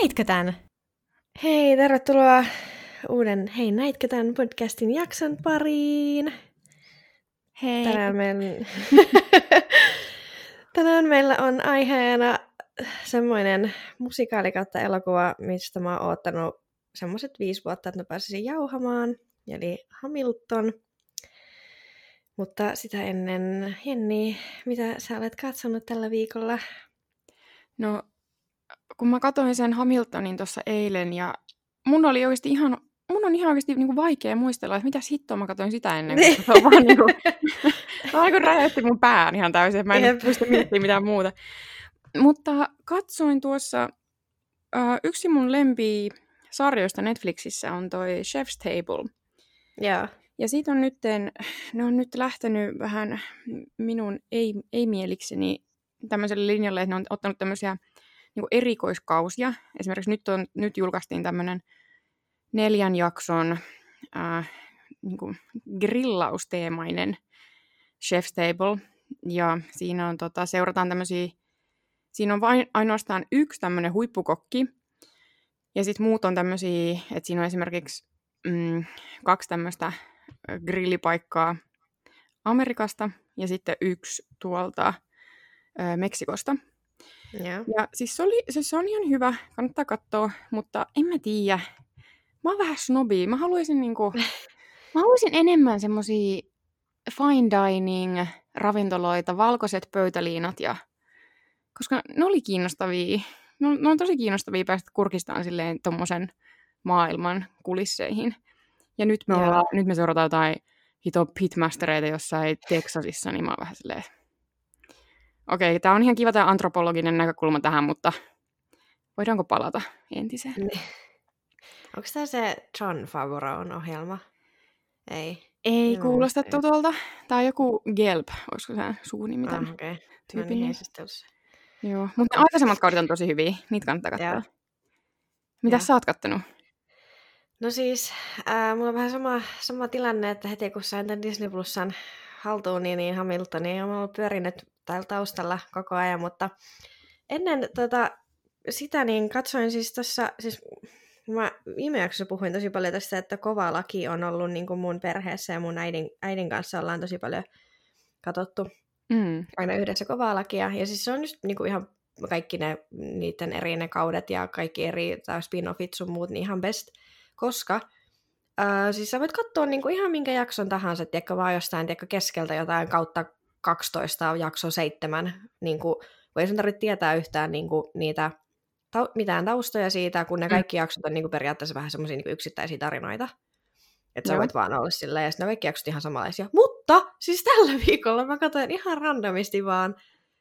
näitkö tän? Hei, tervetuloa uuden Hei, näitkö tän podcastin jakson pariin? Hei. Tänään meillä on aiheena semmoinen musikaali kautta elokuva, mistä mä oon oottanut semmoiset 5 vuotta, että mä pääsisin jauhamaan, eli Hamilton. Mutta sitä ennen, Jenni, mitä sä olet katsonut tällä viikolla? No, kun mä katsoin sen Hamiltonin tuossa eilen ja mun on ihan oikeasti niinku vaikea muistella, että mitäs hittoa mä katsoin sitä ennen, koska se on vaan niinku, räjäytti mun pään ihan täysin, että mä en pysty miettimään mitään muuta. Mutta katsoin tuossa, yksi mun lempisarjoista Netflixissä on toi Chef's Table. Joo. Ja siitä on ne on nyt lähtenyt vähän minun ei-mielikseni tämmöiselle linjalle, että ne on ottanut tämmöisiä niin kuin erikoiskausia. Esimerkiksi nyt julkaistiin tämmöinen 4 jakson niin kuin grillausteemainen Chef's Table. Ja siinä on, seurataan tämmöisiä, siinä on vain ainoastaan yksi tämmöinen huippukokki. Ja sitten muut on tämmöisiä, että siinä on esimerkiksi 2 tämmöistä grillipaikkaa Amerikasta ja sitten 1 tuolta Meksikosta. Yeah. Ja siis se on ihan hyvä, kannattaa katsoa, mutta en mä tiedä. Mä oon vähän snobia. Mä haluaisin enemmän semmosia fine dining ravintoloita, valkoiset pöytäliinat, koska ne oli kiinnostavia. Ne on tosi kiinnostavia päästä kurkistamaan silleen tommosen maailman kulisseihin. Ja nyt me seurataan jotain pitmastereita jossain Texasissa, niin mä oon vähän silleen, okei, tää on ihan kiva tää antropologinen näkökulma tähän, mutta voidaanko palata entiseen? Onko tää se Jon Favreaun ohjelma? Ei kuulosta tutolta. Tää on joku Gelb, olisiko se suunimi tämän tyypin. Joo, mutta ne aikaisemmat kaudet on tosi hyviä, niitä kannattaa katsoa. Mitäs sä oot kattonut? No siis, mulla on vähän sama tilanne, että heti kun sain tämän Disney Plusan haltuun, niin Hamiltonia on ollut pyörinyt täällä taustalla koko ajan, mutta ennen sitä niin katsoin siis tuossa, mä viime jaksossa puhuin tosi paljon tästä, että Kova laki on ollut niin kuin mun perheessä ja mun äidin kanssa ollaan tosi paljon katsottu aina yhdessä Kovaa lakia. Ja siis se on just niin kuin ihan kaikki niiden eri ne kaudet ja kaikki eri spin-offit sun muut, niin ihan best. Koska siis sä voit katsoa niin kuin ihan minkä jakson tahansa, tiedätkö, vaan jostain keskeltä jotain kautta 12 jakso 7, niin kuin, kun ei sun tarvitse tietää yhtään niin kuin, niitä mitään taustoja siitä, kun ne kaikki jaksot on niin kuin, periaatteessa vähän semmoisia niin kuin yksittäisiä tarinoita. Että sä voit vaan olla silleen, ja sitten ne kaikki jaksot ihan samanlaisia. Mutta siis tällä viikolla mä katsoin ihan randomisti vaan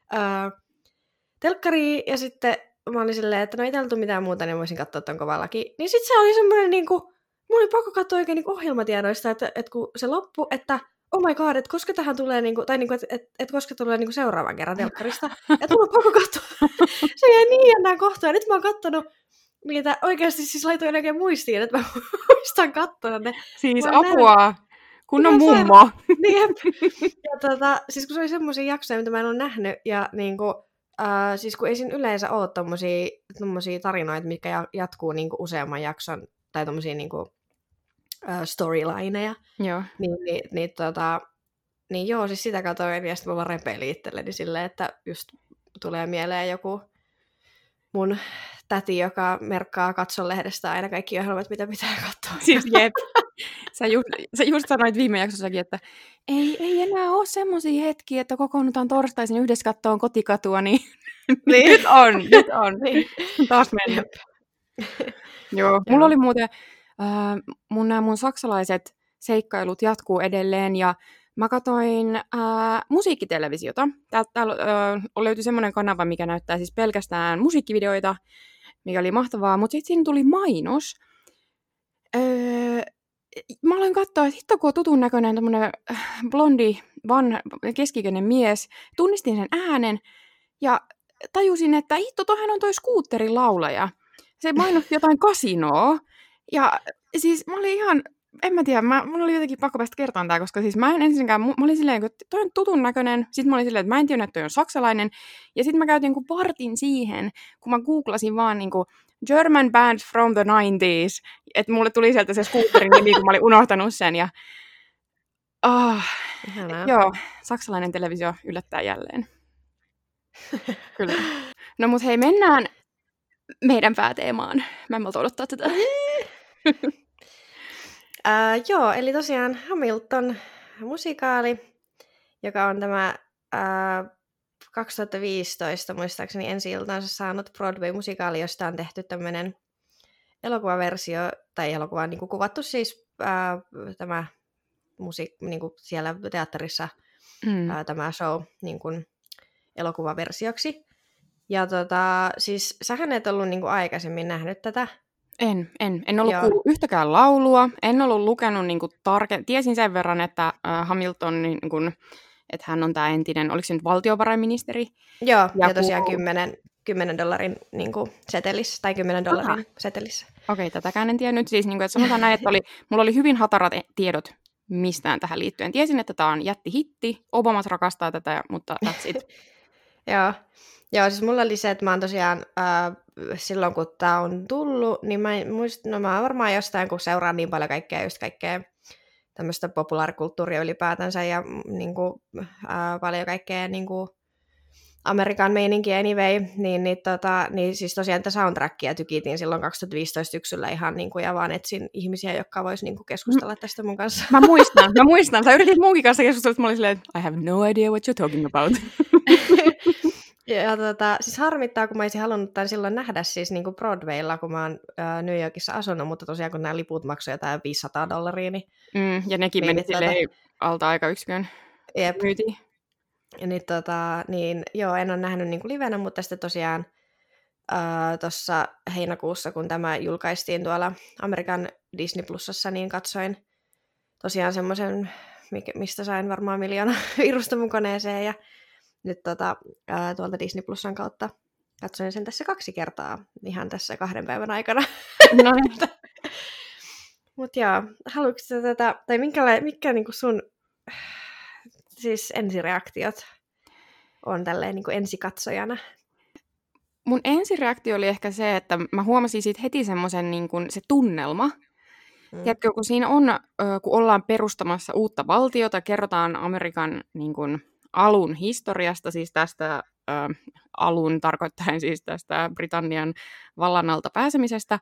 telkkaria, ja sitten mä olin silleen, että no ei täällä tule mitään muuta, niin voisin katsoa ton Kova laki. Niin sitten se oli semmoinen, niin kuin, mulla oli pakko katsoa oikein niin ohjelmatiedoista, että kun se loppui, että oh my god, että koska tähän tulee, niin kuin, tai niin kuin, että koska tulee niin kuin seuraavan kerran telkkarista. Että mulla on pakko katsoa. Se jäi niin jännää kohtaa. Nyt mä oon kattonut niitä, oikeasti siis laitoin oikein muistiin, että mä muistan katsoa ne. Siis apua, kunnon mummo. Jep. Ja siis kun se oli semmoisia jaksoja, mitä mä en ole nähnyt, ja niinku, siis kun ei siinä yleensä ole tommosia tarinoita, mitkä jatkuu niinku useamman jakson, tai tommosia niinku storylineja. Joo. Niin joo, siis sitä katsoin, ja sitten mä vaan repeilin itselleni silleen, että just tulee mieleen joku mun täti, joka merkkaa katsolehdestä aina kaikki ohjelmat, mitä pitää katsoa. Siis jep. Sä just sanoit viime jaksossakin, että ei enää ole semmoisia hetkiä, että kokoonnutaan torstaisin yhdessä kattoon Kotikatua, niin nyt on. Niin. Taas mennyt. Joo, mulla oli muuten, mun saksalaiset seikkailut jatkuu edelleen, ja mä katsoin musiikkitelevisiota. Täällä löytyi semmoinen kanava, mikä näyttää siis pelkästään musiikkivideoita, mikä oli mahtavaa, mutta sitten siinä tuli mainos. Mä aloin katsoa, että hitto kun on tutun näköinen tommonen blondi, keskikäinen mies. Tunnistin sen äänen ja tajusin, että hitto, toihan on toi Scooterin laulaja. Se mainosti jotain kasinoa. Ja siis mä olin ihan en mä tiedä, mun oli jotenkin pakko päästä kertomaan tää, koska siis mä en ensinkään, mä olin silleen, että toi on tutun näköinen, sitten mä olin silleen, että mä en tiedä, että toi on saksalainen, ja sitten mä käytin niin vartin siihen, kun mä googlasin vaan niin kuin German band from the 90s, että mulle tuli sieltä se Scooterin nimi, kun mä olin unohtanut sen, ja joo, saksalainen televisio yllättää jälleen. Kyllä. No mut hei, mennään meidän pääteemaan. Mä en malta odottaa tätä. Joo, eli tosiaan Hamilton musikaali, joka on tämä 2015 muistaakseni ensi-iltansa saanut Broadway-musikaali, josta on tehty tämmöinen elokuvaversio, tai elokuva on niin kuin kuvattu siis tämä niin kuin siellä teatterissa tämä show niin kuin elokuvaversioksi. Ja siis sähän et ollut niin kuin aikaisemmin nähnyt tätä. En ollut kuullut yhtäkään laulua, en ollut lukenut niin kuin tiesin sen verran, että Hamilton, niin kuin, että hän on tämä entinen, oliko se nyt valtiovarainministeri? Joo, ja tosiaan $10 niin kuin setelissä, tai $10 setelissä. Okei, tätäkään en tiennyt. Siis, niin kuin, että sanotaan näin, että mulla oli hyvin hatarat tiedot mistään tähän liittyen. Tiesin, että tämä on jättihitti, Obamat rakastaa tätä, mutta that's it. Joo, siis mulla oli se, että mä oon tosiaan silloin, kun tää on tullut, niin mä varmaan jostain, kun seuraan niin paljon kaikkea tämmöistä populaarikulttuuria ylipäätänsä ja niin kuin, paljon kaikkea niin kuin Amerikan meininkiä anyway, niin siis tosiaan tätä soundtrackia tykitin silloin 2015 syksyllä ihan niin kuin, ja vaan etsin ihmisiä, jotka vois niin kuin keskustella tästä mun kanssa. Mä muistan. Sä yritit munkin kanssa keskustella, että mä olin silleen, että I have no idea what you're talking about. Ja siis harmittaa, kun mä olisin halunnut tämän silloin nähdä siis niin kuin Broadwaylla, kun mä oon New Yorkissa asunut, mutta tosiaan kun nämä liput maksoi jotain $500, niin... ja nekin meni silleen alta aikayksikön myytiin. Niin joo, en ole nähnyt niin kuin livenä, mutta sitten tosiaan tuossa heinäkuussa, kun tämä julkaistiin tuolla Amerikan Disney Plusassa, niin katsoin tosiaan semmoisen, mistä sain varmaan 1 miljoona virusta mun koneeseen, ja nyt tuolta Disney Plusan kautta katsoin sen tässä 2 kertaa ihan tässä 2 päivän aikana. No niin. Mut joo, haluatko tätä, tai mitkä niinku sun siis ensireaktiot on tälleen niinku ensikatsojana? Mun ensireaktio oli ehkä se, että mä huomasin siitä heti semmoisen niin kuin se tunnelma. Tiedätkö, kun siinä on, kun ollaan perustamassa uutta valtiota, kerrotaan Amerikan niin kuin alun historiasta, siis tästä alun tarkoittaen siis tästä Britannian vallan alta pääsemisestä,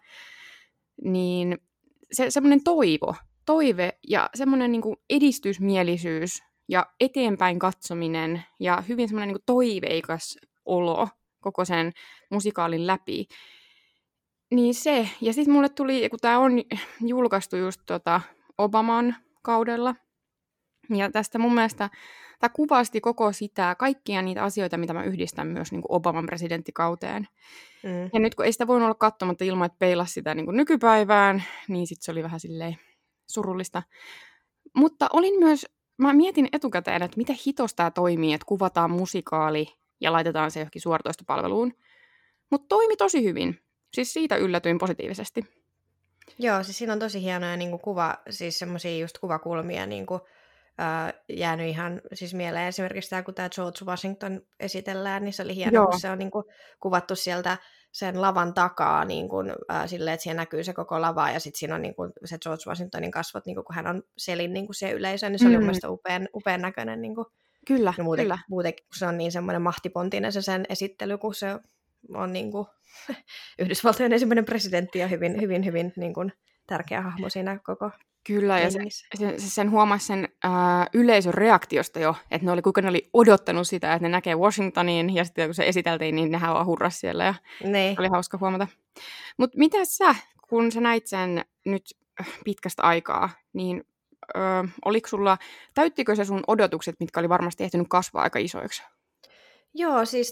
niin semmoinen toive ja semmoinen niin kuin edistysmielisyys ja eteenpäin katsominen ja hyvin semmoinen niin kuin toiveikas olo koko sen musikaalin läpi. Niin se, ja sitten mulle tuli, kun tämä on julkaistu just Obaman kaudella, ja tästä mun mielestä tämä kuvasti koko sitä, kaikkia niitä asioita, mitä mä yhdistän myös niin kuin Obaman presidenttikauteen. Ja nyt kun ei sitä voinut olla katsomatta ilman, että peilasi sitä niin kuin nykypäivään, niin sitten se oli vähän silleen surullista. Mutta mä mietin etukäteen, että miten hitos tämä toimii, että kuvataan musikaali ja laitetaan se johonkin suoratoistopalveluun. Mutta toimi tosi hyvin. Siis siitä yllätyin positiivisesti. Joo, siis siinä on tosi hienoja niin kuin siis semmoisia just kuvakulmia niin kuin, jäänyt ihan siis mieleen. Esimerkiksi tämä, kun tämä George Washington esitellään, niin se oli hieno, kun se on niin kuin, kuvattu sieltä sen lavan takaa niin kuin, silleen, että siellä näkyy se koko lava, ja sitten siinä on niin kuin, se George Washingtonin kasvot, niin kuin, kun hän on selin niin kuin se yleisö, niin se oli mun mielestä upean näköinen. Niin kuin. Kyllä, ja muutenkin, kun se on niin semmoinen mahtipontinen se sen esittely, kun se on niin kuin, Yhdysvaltojen ensimmäinen presidentti ja hyvin niin kuin, tärkeä hahmo siinä koko. Kyllä, ja sen huomasi sen yleisön reaktiosta jo, että kuinka ne oli odottanut sitä, että ne näkee Washingtonin, ja sitten kun se esiteltiin, niin nehän vaan hurras siellä, ja oli hauska huomata. Mutta mitä sä, kun sä näit sen nyt pitkästä aikaa, niin oliko sulla, täyttikö se sun odotukset, mitkä oli varmasti ehtinyt kasvaa aika isoiksi? Joo, siis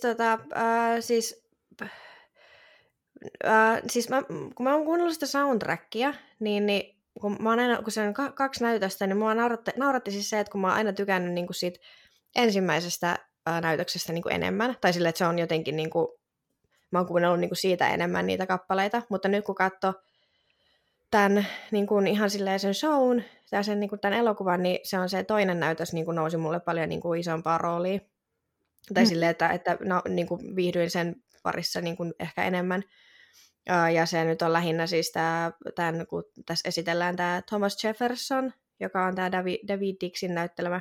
kun mä oon kuunnellut sitä soundtrackia, niin kun se on 2 näytöstä, niin mua nauratti siis se, että kun mä oon aina tykännyt niin kuin siitä ensimmäisestä näytöksestä niin kuin enemmän, tai sille, että se on jotenkin, niin kuin, mä oon kuunnellut niin kuin siitä enemmän niitä kappaleita, mutta nyt kun katsoo tämän niin kuin ihan silleen sen shown tai sen niin kuin tämän elokuvan, niin se on se toinen näytös niin kuin nousi mulle paljon niin kuin isompaa roolia. Tai silleen, että niin kuin viihdyin sen parissa niin kuin ehkä enemmän. Ja se nyt on lähinnä siis tämän, kun tässä esitellään tämä Thomas Jefferson, joka on tämä David Dixin näyttelemä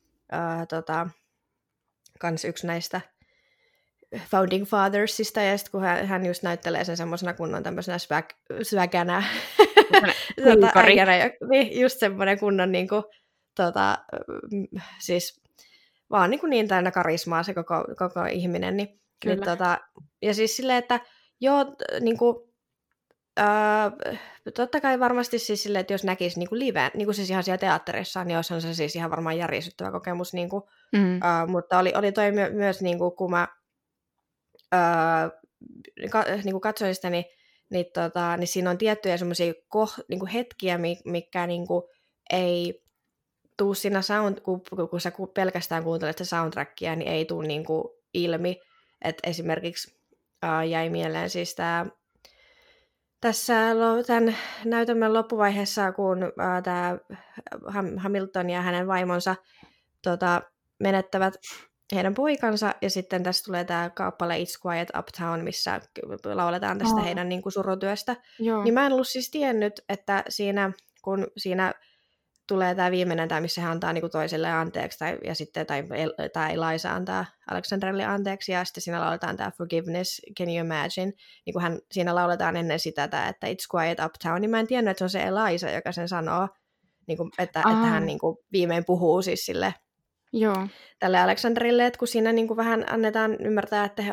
kans yksi näistä Founding Fathersista, ja sitten kun hän just näyttelee sen semmoisena kunnon tämmöisenä swagänä, niin just semmoinen kunnon niinku, siis vaan niin täynnä karismaa se koko ihminen. Niin, ja siis silleen, että joo, niinku, totta kai varmasti siis silleen, että jos näkisi niinku live, niinku siis ihan siellä teatterissa, niin olisihan se siis ihan varmaan järisyttävä kokemus. Niinku, mutta oli toi myös, niinku, kun mä niinku katsoin sitä, niin siinä on tiettyjä semmoisia niinku hetkiä, mikä niinku ei tuu siinä kun sä pelkästään kuuntelet sitä soundtrackia, niin ei tuu niinku ilmi. Et esimerkiksi jäi mieleen siis tässä tämän näytelmän loppuvaiheessa, kun tämä Hamilton ja hänen vaimonsa menettävät heidän poikansa, ja sitten tässä tulee tämä kappale It's Quiet Uptown, missä lauletaan tästä heidän niin kuin surutyöstä. Joo. Niin mä en ollut siis tiennyt, että kun siinä tulee tämä viimeinen, missä hän antaa niin kuin toiselle anteeksi, tai Eliza antaa Alexandrelle anteeksi, ja sitten siinä lauletaan tämä Forgiveness, Can You Imagine, niin kuin siinä lauletaan ennen sitä, että It's Quiet Uptown, niin mä en tiennyt, että se on se Eliza, joka sen sanoo, niin kuin, että hän niin kuin viimein puhuu siis sille tälle Alexandrille, että kun siinä niin kuin vähän annetaan ymmärtää, että he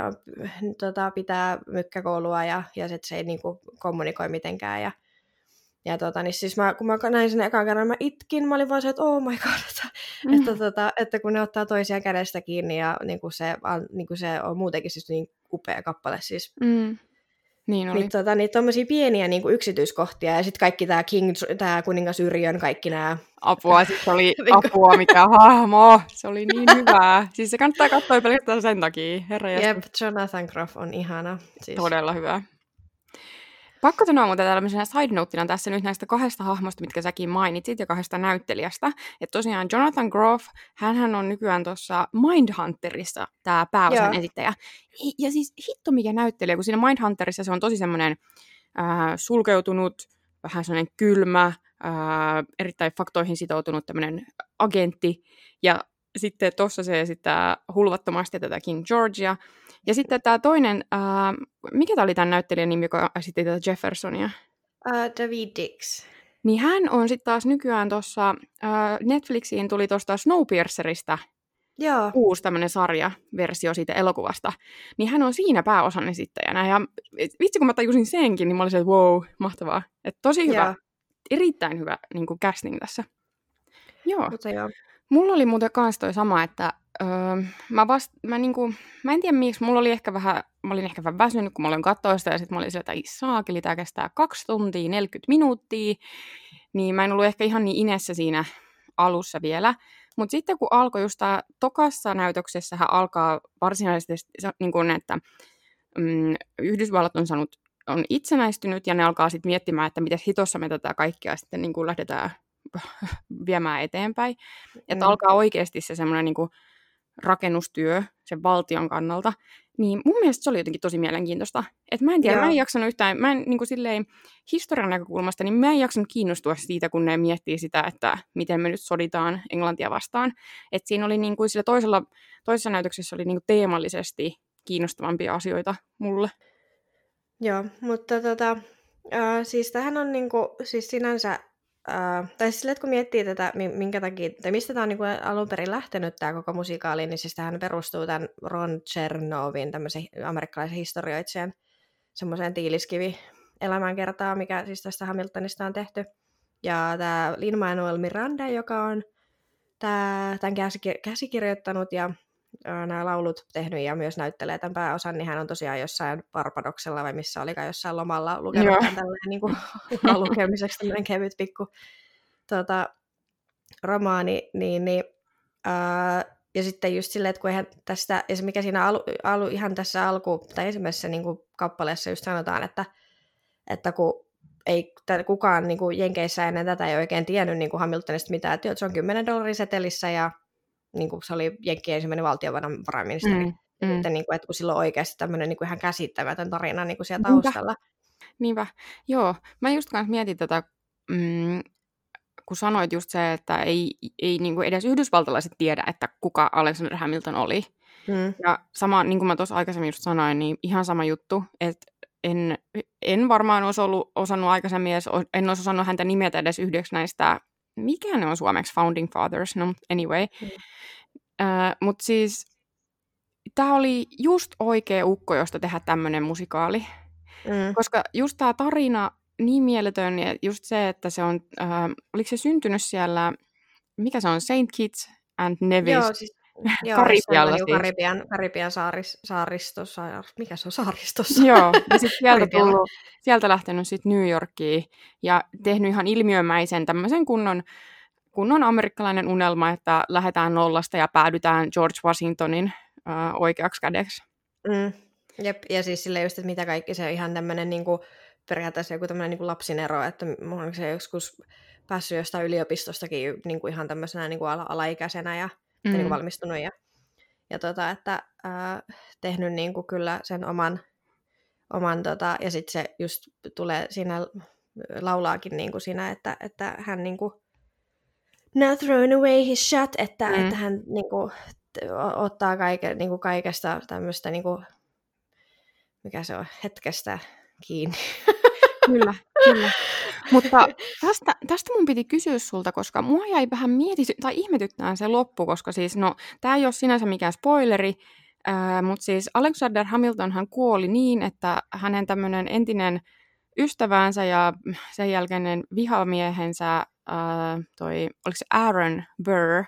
pitää mykkäkoulua ja sitten se ei niin kuin kommunikoi mitenkään. Ja niin siis kun mä näin sen ekan kerran, mä itkin. Mä olin vaan se, että oh my god, että kun ne ottaa toisia kädestä kiinni ja niin kuin se on muutenkin siis niin upea kappale siis. Niin oli. Niin tommosia pieniä niin kuin yksityiskohtia ja sitten kaikki tää kuningas Yrjön, kaikki nämä. Apua, siis oli apua, mikä hahmo. Se oli niin hyvää. Siis se kannattaa katsoa pelkästään sen takia. Jep, Jonathan Groff on ihana. Siis. Todella hyvä. Pakko sanoa muuten tällaisena side noteina tässä nyt näistä kahdesta hahmosta, mitkä säkin mainitsit, ja kahdesta näyttelijästä. Että tosiaan Jonathan Groff, hänhän on nykyään tuossa Mindhunterissa tämä pääosan esittäjä. Ja siis hitto mikä näyttelijä, kun siinä Mindhunterissa se on tosi semmoinen sulkeutunut, vähän semmoinen kylmä, erittäin faktoihin sitoutunut tämmöinen agentti. Ja sitten tuossa se esittää hulvattomasti tätä King Georgia. Ja sitten tämä toinen, mikä tämä oli tämän näyttelijän nimi, joka esitti tätä Jeffersonia? David Dix. Niin hän on sitten taas nykyään tuossa, Netflixiin tuli tuosta Snowpiercerista uusi tämmöinen sarjaversio siitä elokuvasta. Niin hän on siinä pääosan esittäjänä. Ja vitsi kun mä tajusin senkin, niin mä olin se, että wow, mahtavaa. Että tosi hyvä, erittäin hyvä niin kuin casting tässä. Joo. Mulla oli muuten kans toi sama, että mä en tiedä miksi, mä olin ehkä vähän väsynyt, kun mä olin katsoa sitä, ja sitten mä olin sieltä, että saakeli, tää kestää 2 tuntia, 40 minuuttia, niin mä en ollut ehkä ihan niin inessä siinä alussa vielä, mutta sitten kun alkoi just tää tokassa näytöksessähän alkaa varsinaisesti niin kuin, että Yhdysvallat on itsenäistynyt, ja ne alkaa sitten miettimään, että miten hitossa me tätä kaikkea sitten niin kuin lähdetään viemään eteenpäin. Että alkaa oikeasti se semmoinen niin kuin rakennustyö sen valtion kannalta, niin mun mielestä se oli jotenkin tosi mielenkiintoista. Että mä en tiedä, mä en jaksanut yhtään, niin kuin silleen historian näkökulmasta, niin mä en jaksanut kiinnostua siitä, kun ne miettii sitä, että miten me nyt soditaan Englantia vastaan. Että siinä oli niin kuin sillä toisessa näytöksessä oli niin kuin teemallisesti kiinnostavampia asioita mulle. Joo, mutta siis tämähän on niinku, siis sinänsä tai siis kun miettii tätä, minkä takia, tai mistä tämä on niin alun perin lähtenyt tämä koko musikaali, niin siis tämähän perustuu tämän Ron Chernowin, tämmöisen amerikkalaisen historioitsijan, semmoiseen tiiliskivi-elämänkertaan, mikä siis tästä Hamiltonista on tehty. Ja tämä Lin-Manuel Miranda, joka on tämän käsikirjoittanut ja nämä laulut tehnyt ja myös näyttelee tämän pääosan, niin hän on tosiaan jossain Barbadoksella vai missä olikaan jossain lomalla lukenut tämän tälleen niin kuin lukemiseksi tämmöinen kevyt pikku romaani. Ja sitten just silleen, että kun eihän tästä, ja se mikä siinä ihan tässä tai ensimmäisessä niin kuin kappaleessa just sanotaan, että kun ei kukaan niin kuin Jenkeissä ennen tätä ei oikein tiennyt niin kuin Hamiltonista mitään, että se on $10 setelissä ja niin kuin se oli Jenkkien ensimmäinen valtiovarainministeri. Ja sitten, niin kuin, että kun sillä on oikeasti tämmöinen niin kuin ihan käsittämätön tarina niin kuin siellä taustalla. Niinpä. Joo. Mä just kanssa mietin tätä, kun sanoit just se, että ei niin kuin edes yhdysvaltalaiset tiedä, että kuka Alexander Hamilton oli. Ja sama, niin kuin mä tuossa aikaisemmin just sanoin, niin ihan sama juttu, että en varmaan olisi osannut aikaisemmin, en olisi osannut häntä nimetä edes yhdeksi näistä, mikä ne on suomeksi, Founding Fathers, no anyway. Mutta siis tämä oli just oikea ukko, josta tehdä tämmöinen musikaali. Koska just tämä tarina niin mieletön, ja just se, että se on, oliko se syntynyt siellä, mikä se on, Saint Kitts and Nevis? Joo, siis Karibialla siis. Karibian saaristossa. Mikä se on saaristossa? Joo, ja sitten sieltä lähtenyt sitten New Yorkiin ja tehnyt ihan ilmiömäisen tämmöisen kunnon amerikkalainen unelma, että lähdetään nollasta ja päädytään George Washingtonin oikeaksi kädeksi. Jep, ja siis silleen just, että mitä kaikki se ihan tämmöinen niinku, periaatteessa joku tämmöinen niinku lapsinero, että onko se joskus päässyt jostain yliopistostakin niinku ihan tämmöisenä niinku alaikäisenä ja niinku valmistunut ja että tehnyt niinku kyllä sen oman ja sitten se just tulee siinä laulaakin niinku siinä, että hän niinku now thrown away his shot, että hän niinku ottaa niinku kaikesta tämmöistä niinku, mikä se on, hetkestä kiinni. Kyllä. Mutta tästä mun piti kysyä sulta, koska mua jäi vähän ihmetyttää se loppu, koska siis, no, tää ei ole sinänsä mikään spoileri, mutta siis Alexander Hamilton hän kuoli niin, että hänen tämmöinen entinen ystävänsä ja sen jälkeinen vihamiehensä, oliko se Aaron Burr,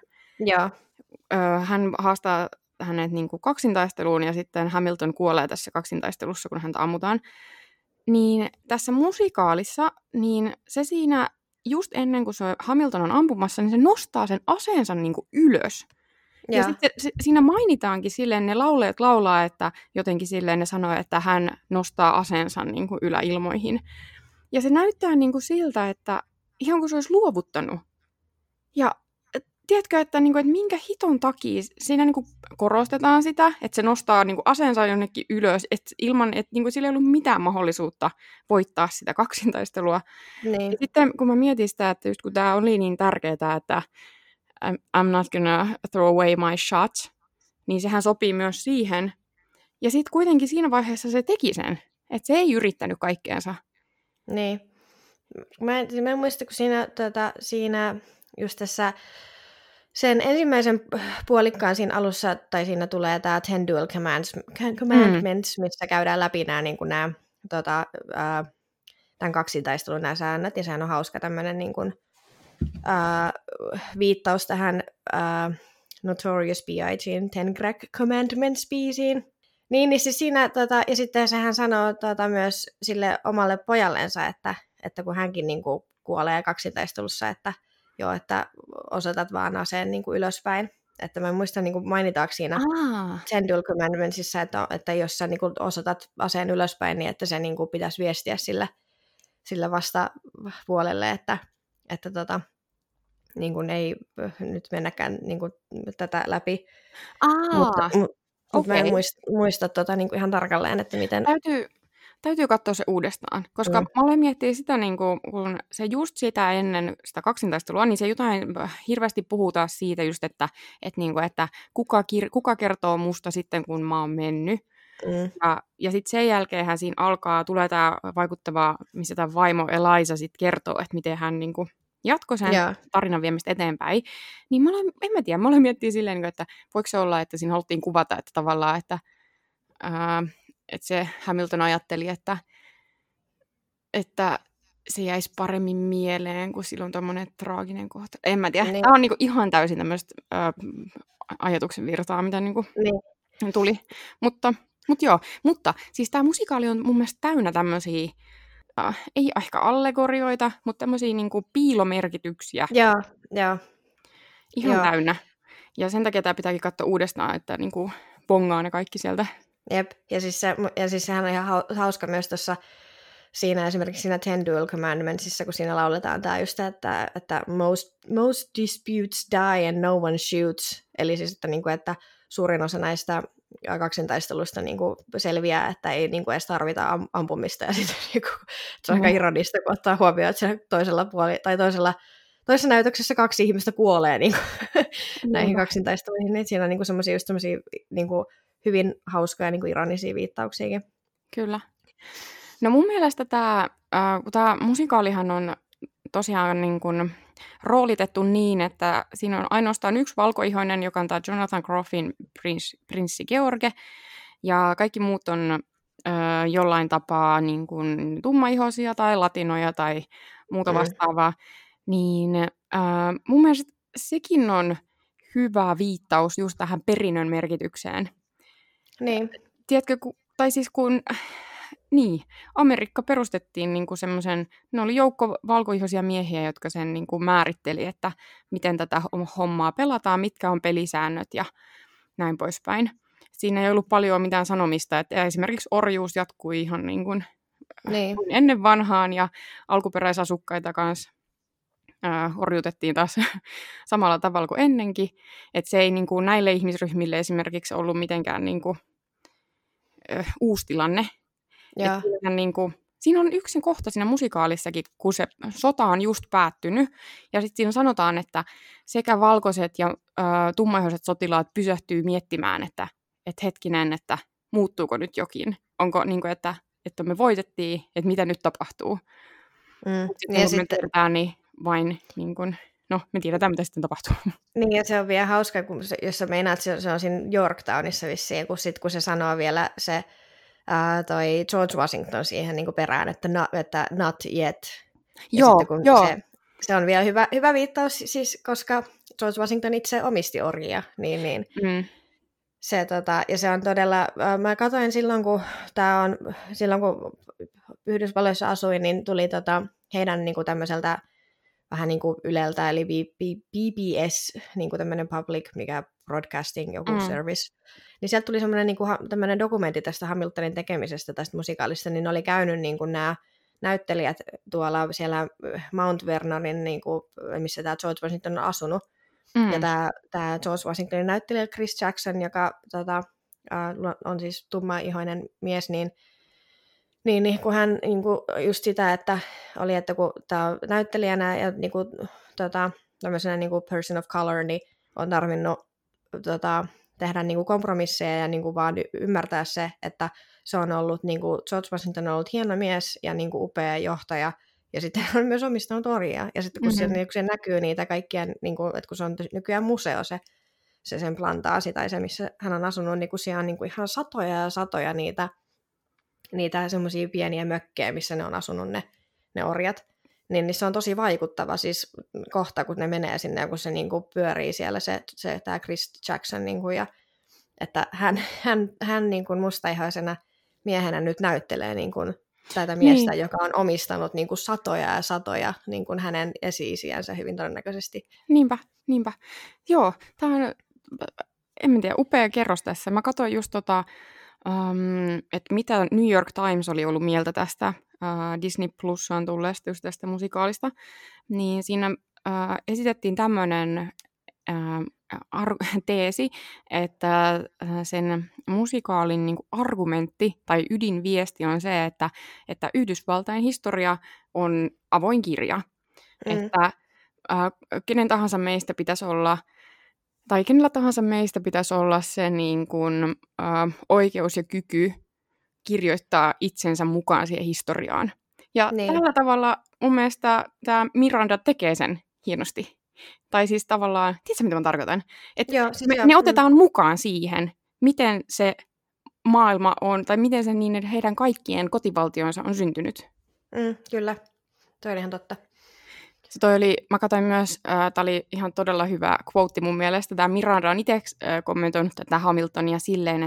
hän haastaa hänet niin kuin kaksintaisteluun ja sitten Hamilton kuolee tässä kaksintaistelussa, kun häntä ammutaan. Niin tässä musikaalissa, niin se siinä just ennen kuin se Hamilton on ampumassa, niin se nostaa sen aseensa niin kuin ylös. Ja sitten siinä mainitaankin silleen, ne laulajat laulaa, että jotenkin silleen ne sanoo, että hän nostaa aseensa niin kuin yläilmoihin. Ja se näyttää niin kuin siltä, että ihan kuin se olisi luovuttanut. Ja tiedätkö, että minkä hiton takia siinä korostetaan sitä, että se nostaa aseensa jonnekin ylös, että ilman, että sillä ei ollut mitään mahdollisuutta voittaa sitä kaksintaistelua. Niin. Ja sitten kun mä mietin sitä, että just kun tämä oli niin tärkeää, että I'm not gonna throw away my shot, niin sehän sopii myös siihen. Ja sitten kuitenkin siinä vaiheessa se teki sen, että se ei yrittänyt kaikkeensa. Niin. Mä en muista, kun siinä just tässä sen ensimmäisen puolikkaan siinä alussa, tai siinä tulee tämä 10 Dual Commandments, missä käydään läpi nämä tämän kaksintaistelun nämä säännöt, ja sehän on hauska tämmöinen viittaus tähän Notorious B.I.G.'n 10 Commandments-biisiin. Niin siis siinä, ja sitten sehän sanoo myös sille omalle pojallensa, että kun hänkin kuolee kaksintaistelussa, että joo, että osoitat vaan aseen ylöspäin. Että mä en muista mainitaanko siinä Ten Dual Commandmentsissa, että jos sä osoitat aseen ylöspäin, niin että se pitäisi viestiä sille vastapuolelle, että ei nyt mennäkään tätä läpi. Mutta mä en muista ihan tarkalleen, että miten. Täytyy katsoa se uudestaan, koska mä olen miettinyt sitä, kun se just sitä ennen sitä kaksintaistelua, niin se jotain hirveästi puhutaan siitä just, että kuka kertoo musta sitten, kun mä oon mennyt. Ja sitten sen jälkeen siinä tulee tämä vaikuttava, missä tämä vaimo Eliza sitten kertoo, että miten hän jatkoi sen tarinan viemistä eteenpäin. Niin en mä tiedä, mä olen miettinyt silleen, että voiko se olla, että siinä haluttiin kuvata, että tavallaan, että se Hamilton ajatteli, että se jäisi paremmin mieleen, kun silloin tommoinen traaginen kohta. En mä tiedä. Niin. Tämä on ihan täysin tämmöistä ajatuksen virtaa, mitä tuli. Mutta siis tämä musikaali on mun mielestä täynnä tämmöisiä, ei ehkä allegorioita, mutta tämmöisiä piilomerkityksiä. Joo. Ihan täynnä. Ja sen takia tämä pitääkin katsoa uudestaan, että bongaa ne kaikki sieltä. Jep, ja siis sehän on ihan hauska myös tuossa siinä esimerkiksi siinä Ten Duel Commandmentsissa, kun siinä lauletaan tämä just, että most disputes die and no one shoots, eli siis, että suurin osa näistä kaksintaistelusta selviää, että ei edes tarvita ampumista, ja sitten se on aika ironista, kun ottaa huomioon, että siellä toisessa näytöksessä 2 ihmistä kuolee näihin kaksintaisteluihin, niin siinä on semmoisia hyvin hauskoja ironisia viittauksiakin. Kyllä. No mun mielestä tämä musikaalihan on tosiaan roolitettu niin, että siinä on ainoastaan yksi valkoihoinen, joka on tämä Jonathan Groffin prinssi George, ja kaikki muut on jollain tapaa tummaihoisia tai latinoja tai muuta vastaavaa. Niin mun mielestä sekin on hyvä viittaus just tähän perinnön merkitykseen. Niin. Tiedätkö, kun Amerikka perustettiin semmoisen, ne oli joukko valkoihoisia miehiä, jotka sen määritteli, että miten tätä hommaa pelataan, mitkä on pelisäännöt ja näin poispäin. Siinä ei ollut paljon mitään sanomista, että esimerkiksi orjuus jatkui ihan kuin ennen vanhaan ja alkuperäisasukkaita kanssa orjuutettiin taas samalla tavalla kuin ennenkin. Että se ei näille ihmisryhmille esimerkiksi ollut mitenkään uusi tilanne. Siinä on yksi kohta siinä musikaalissakin, kun se sota on just päättynyt, ja sitten siinä sanotaan, että sekä valkoiset ja tummaihoiset sotilaat pysähtyy miettimään, että hetkinen, että muuttuuko nyt jokin. Onko, että me voitettiin, että mitä nyt tapahtuu. Sitten me tiedetään, niin vain, me tiedetään, mitä sitten tapahtuu. Niin, ja se on vielä hauska, jos sä meinaat, se on siinä Yorktownissa vissiin, kun se sanoo vielä se toi George Washington siihen perään, että not yet. Ja sitten, se on vielä hyvä viittaus, siis, koska George Washington itse omisti orjia, niin ja se on todella, mä katsoin silloin, kun Yhdysvalloissa asuin, niin tuli heidän tämmöiseltä vähän Yleltä, eli PBS, tämmöinen public, mikä broadcasting, joku service, niin sieltä tuli semmoinen tämmöinen dokumentti tästä Hamiltonin tekemisestä, tästä musikaalista, niin ne oli käynyt nämä näyttelijät tuolla siellä Mount Vernonin, missä tämä George Washington on asunut, ja tämä George Washingtonin näyttelijä Chris Jackson, joka on siis tummaihoinen mies, niin kun hän just sitä, että oli, että kun tämä näyttelijänä ja tämmöisenä person of color, niin on tarvinnut tehdä kompromisseja ja vaan ymmärtää se, että se on ollut, George Washington on ollut hieno mies ja upea johtaja, ja sitten on myös omistanut orjia. Ja sitten kun se näkyy niitä kaikkia, että kun se on nykyään museo se sen plantaasi tai se, missä hän on asunut, niin kun siellä on ihan satoja ja satoja niitä semmoisia pieniä mökkejä, missä ne on asunut ne orjat, niin se on tosi vaikuttava siis kohta, kun ne menee sinne ja kun se pyörii siellä tämä Chris Jackson, ja että hän mustaihoisena miehenä nyt näyttelee tätä miestä, joka on omistanut satoja ja satoja hänen esi-isiänsä hyvin todennäköisesti. Niinpä. Joo, tämä on, en tiedä, upea kerros tässä. Mä katsoin just että mitä New York Times oli ollut mieltä tästä Disney Plusaan tulleesta just tästä musikaalista, niin siinä esitettiin tämmöinen teesi, että sen musikaalin argumentti tai ydinviesti on se, että Yhdysvaltain historia on avoin kirja, että kenen tahansa meistä pitäisi olla tai kenellä tahansa meistä pitäisi olla se oikeus ja kyky kirjoittaa itsensä mukaan siihen historiaan. Ja tällä tavalla mun mielestä tämä Miranda tekee sen hienosti. Tai siis tavallaan, tiedätkö mitä mä tarkoitan? Että ne otetaan mukaan siihen, miten se maailma on, tai miten se heidän kaikkien kotivaltionsa on syntynyt. Kyllä, toi on ihan totta. Mä katsoin myös, tämä oli ihan todella hyvä quote mun mielestä. Tämä Miranda on itse kommentoinut tätä Hamiltonia silleen,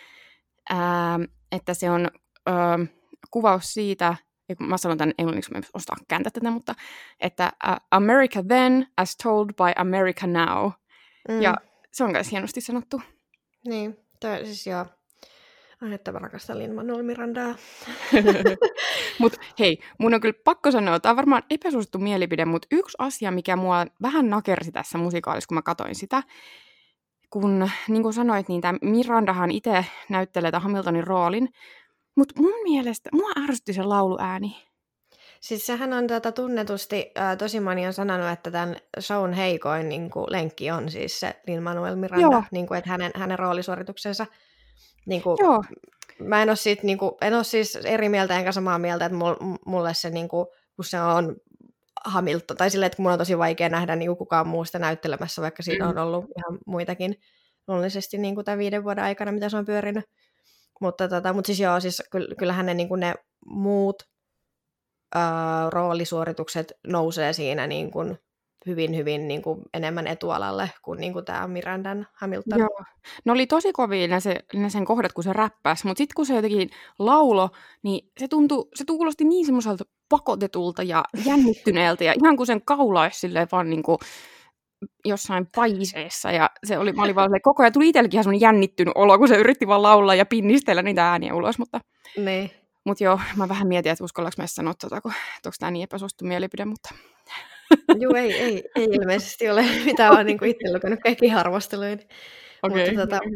että se on kuvaus siitä, mä sanon tämän englanniksi, mä en osaa kääntää tätä, mutta että America then as told by America now. Ja se on myös hienosti sanottu. Niin, siis joo. Ai, että mä rakastan Lin-Manuel Mirandaa. Mutta hei, mun on kyllä pakko sanoa, että tämä on varmaan epäsuosittu mielipide, mutta yksi asia, mikä mua vähän nakersi tässä musikaalissa, kun mä katsoin sitä, kun niin kuin sanoit, niin tämä Mirandahan itse näyttelee tämän Hamiltonin roolin, mutta mun mielestä mua ärsytti se lauluääni. Siis sehän on tunnetusti, tosi moni on sanonut, että tämän shown heikoin niin kuin, lenkki on siis se Lin-Manuel Miranda, niin kuin, että hänen roolisuorituksensa. Niin kuin, mä en ole, siitä, niin kuin, en ole siis eri mieltä enkä samaa mieltä, että mulle se, niin kuin, kun se on Hamilton, tai silleen, että mun on tosi vaikea nähdä niin kuin kukaan muusta näyttelemässä, vaikka siinä on ollut ihan muitakin luonnollisesti niin kuin tämän 5 vuoden aikana, mitä se on pyörinyt. Mutta siis joo, siis kyllä hänen niin kuin ne muut roolisuoritukset nousee siinä niin kuin hyvin niin kuin enemmän etualalle kuin, niin kuin tämä Mirandan Hamilton. Joo. Ne oli tosi kovia ne sen kohdat, kun se räppäsi, mutta sitten kun se jotenkin laulo, niin se kuulosti niin semmoiselta pakotetulta ja jännittyneeltä, ja ihan kuin sen kaula olisi silleen vaan niin kuin jossain paiseessa, ja mä olin vaan koko ajan tuli itsellekin ihan semmoinen jännittynyt olo, kun se yritti vaan laulaa ja pinnistellä niitä ääniä ulos, mutta... Niin. Mutta joo, mä vähän mietin, että uskallanko mä sanoa kun onko tämä niin epäsuosittu mielipide, mutta... Joo, ei ilmeisesti ole mitään, vaan niinku itse lukenut kaikki arvosteluja. Okei.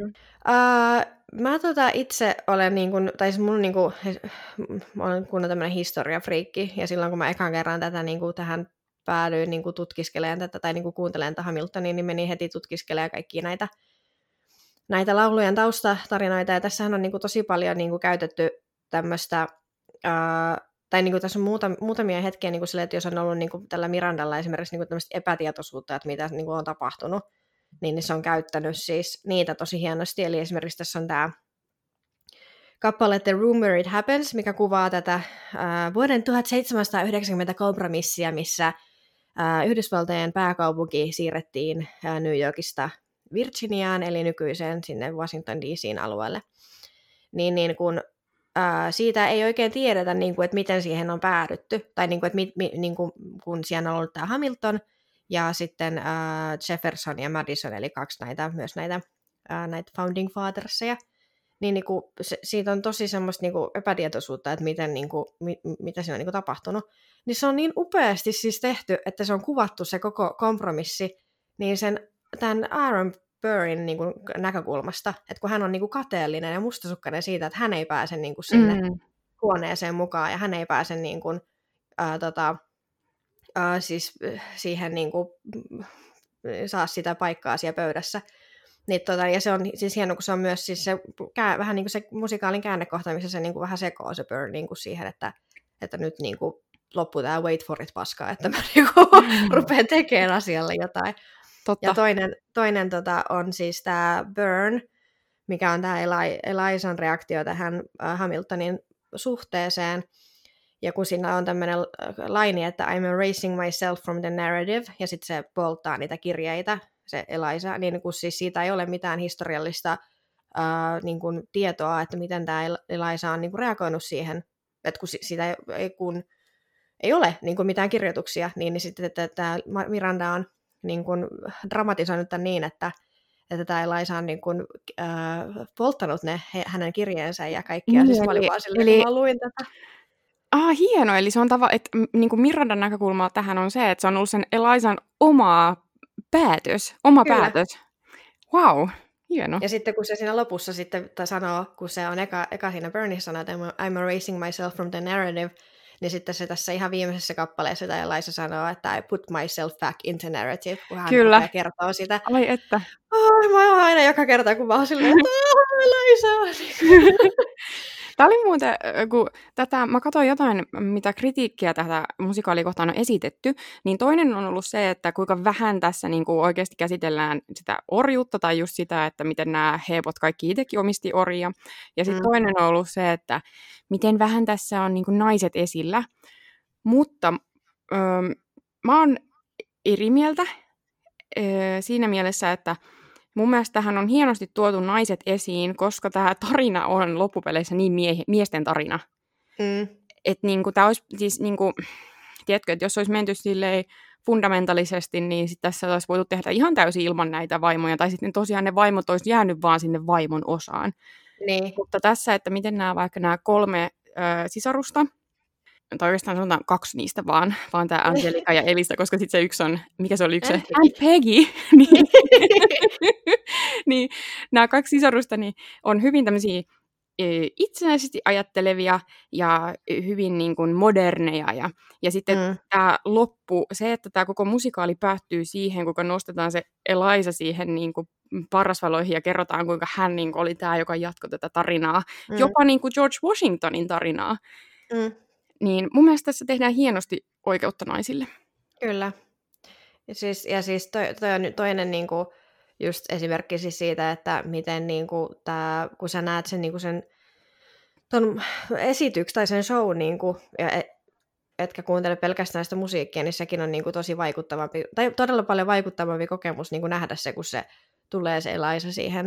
Mä itse olen, tai siis mun mä olen kunnon tämmöinen historiafriikki, ja silloin kun mä ekan kerran tätä tähän päädyin tutkiskelemaan tätä, tai kuuntelemaan tähän Hamiltoniin, niin menin heti tutkiskelemaan kaikkia näitä laulujen taustatarinoita, ja tässähän on tosi paljon käytetty tämmöistä, tai tässä on muutamia hetkiä sille, että jos on ollut tällä Mirandalla esimerkiksi tämmöistä epätietoisuutta, että mitä on tapahtunut, niin se on käyttänyt siis niitä tosi hienosti. Eli esimerkiksi tässä on tämä kappale The Room Where It Happens, mikä kuvaa tätä vuoden 1790 kompromissia, missä Yhdysvaltojen pääkaupunki siirrettiin New Yorkista Virginiaan, eli nykyiseen sinne Washington DC:n alueelle. Niin kun siitä ei oikein tiedetä, että miten siihen on päädytty, tai että kun siellä on ollut tämä Hamilton, ja sitten Jefferson ja Madison, eli myös näitä founding fathersia, niin siitä on tosi semmoista epätietoisuutta, että mitä siinä on tapahtunut. Niin se on niin upeasti siis tehty, että se on kuvattu se koko kompromissi, niin tämän Aaron Burrin näkökulmasta, että kun hän on kateellinen ja mustasukkainen siitä, että hän ei pääse sinne huoneeseen mukaan, ja hän ei pääse siis siihen saa sitä paikkaa siellä pöydässä. Niin, ja se on siis hieno, kun se on myös siis se, vähän niin kuin se musikaalin käännekohta, missä se vähän sekoo se Burr siihen, että nyt loppuu tämä wait for it -paska, että mä rupean tekemään asialle jotain. Totta. Ja toinen on siis tämä Burn, mikä on tämä Elizan reaktio tähän Hamiltonin suhteeseen. Ja kun siinä on tämmöinen laini, että I'm erasing myself from the narrative, ja sitten se polttaa niitä kirjeitä, se Eliza, niin kun siis siitä ei ole mitään historiallista niin kun tietoa, että miten tämä Eliza on reagoinut siihen, että kun siitä ei ole mitään kirjoituksia, niin sitten että tämä Miranda on dramatisoinut tämän niin, että tämä Eliza on polttanut ne hänen kirjeensä ja kaikkia. Siis mä olin vaan silleen, kun mä luin tätä. Hienoa, eli se on että Mirandan näkökulma tähän on se, että se on ollut sen Elizan oma päätös. Wow, hieno. Ja sitten kun se siinä lopussa sitten sanoo, kun se on eka siinä Burnissä sanoo, että I'm erasing myself from the narrative, niin sitten se tässä ihan viimeisessä kappaleessa tämä Eliza sanoo, että I put myself back into narrative, kun hän kertoo sitä. Ai että. Mä oon aina joka kerta, kun mä oon silleen, että Eliza. Tämä oli muuten, kun mä katsoin jotain, mitä kritiikkiä tätä musikaalikohtaan on esitetty, niin toinen on ollut se, että kuinka vähän tässä oikeasti käsitellään sitä orjuutta tai just sitä, että miten nämä heepot kaikki itsekin omisti orjia. Ja sitten toinen on ollut se, että miten vähän tässä on naiset esillä. Mutta mä oon eri mieltä siinä mielessä, että mun mielestä tähän on hienosti tuotu naiset esiin, koska tämä tarina on loppupeleissä niin miesten tarina. Että tämä olisi siis, tiedätkö, että jos olisi menty silleen fundamentalisesti, niin sit tässä olisi voitu tehdä ihan täysin ilman näitä vaimoja, tai sitten tosiaan ne vaimot olisi jäänyt vaan sinne vaimon osaan. Niin. Mutta tässä, että miten vaikka nämä 3 sisarusta, tai oikeastaan sanotaan 2 niistä vaan tämä Angelica ja Elisa, koska sitten se yksi on, mikä se oli yksi? Aunt Peggy. Niin, nämä 2 sisarusta niin on hyvin tämmöisiä itsenäisesti ajattelevia ja hyvin niin kuin moderneja. Ja sitten tämä loppu, se, että tämä koko musikaali päättyy siihen, kuinka nostetaan se Eliza siihen niin kuin parrasvaloihin ja kerrotaan, kuinka hän niin kuin oli tämä, joka jatkoi tätä tarinaa. Jopa niin kuin George Washingtonin tarinaa. Niin mun mielestä tässä tehdään hienosti oikeutta naisille. Kyllä. Ja siis toi on toinen niinku just esimerkki siis siitä, että miten niinku kun sä näet sen, niinku sen ton esityksen tai sen show, niinku, etkä kuuntele pelkästään sitä musiikkia, niin sekin on niinku tosi vaikuttavampi, tai todella paljon vaikuttavampi kokemus niinku nähdä se, kun se tulee se Eliza siihen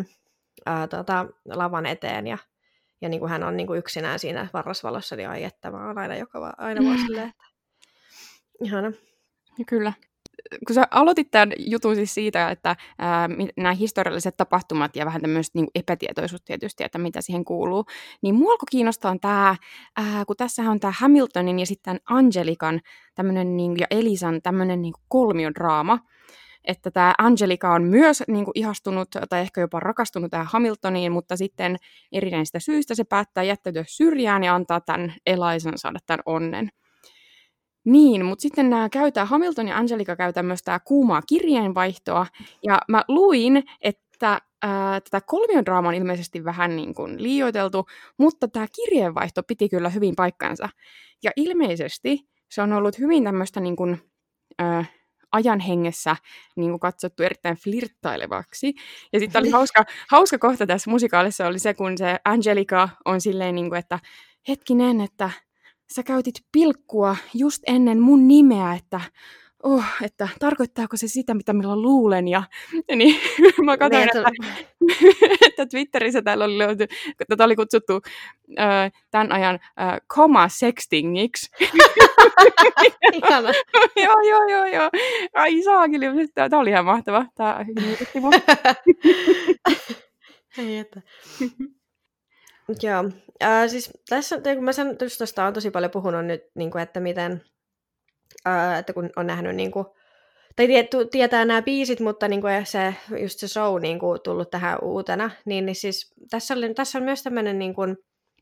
lavan eteen, ja niinku hän on niinku yksinään siinä varrasvalossa, niin ai että mä oon aina vaan silleen, että ihana. Kyllä. Kun sä aloitit tämän jutun siis siitä, että nämä historialliset tapahtumat ja vähän tämmöiset niin epätietoisuus tietysti, että mitä siihen kuuluu, niin mua alkoi kiinnostaa tämä, kun tässä on tämä Hamiltonin ja sitten Angelican tämmönen, niin, ja Elisan tämmöinen niin kolmiodraama, että tämä Angelica on myös niin kuin ihastunut tai ehkä jopa rakastunut tähän Hamiltoniin, mutta sitten erinäisistä syistä se päättää jättäytyä syrjään ja antaa tämän Elisan saada tämän onnen. Niin, mutta sitten Hamilton ja Angelica käy tämmöistä kuumaa kirjeenvaihtoa, ja mä luin, että tätä kolmiodraama on ilmeisesti vähän niin kuin liioiteltu, mutta tämä kirjeenvaihto piti kyllä hyvin paikkansa. Ja ilmeisesti se on ollut hyvin tämmöistä niin kuin, ajan hengessä niin kuin katsottu erittäin flirttailevaksi. Ja sitten oli hauska kohta tässä musikaalissa oli se, kun se Angelica on silleen, niin kuin, että hetkinen, että sä käytit pilkkua just ennen mun nimeä, että tarkoittaako se sitä, mitä minä luulen. Ja niin mä katsoin, että Twitterissä täällä oli löyty, tätä oli kutsuttu tämän ajan comma-sextingiksi. Joo. Ai saakeli, tämä oli ihan mahtava. Tämä hyvitytti mua. Ei että. Joo. Siis tässä, kun mä tuosta on tosi paljon puhunut nyt, niin kuin, että miten, että kun on nähnyt, niin kuin, tai tietää nämä biisit, mutta niin kuin just se show niin kuin, tullut tähän uutena, niin siis tässä on myös tämmöinen niin kuin,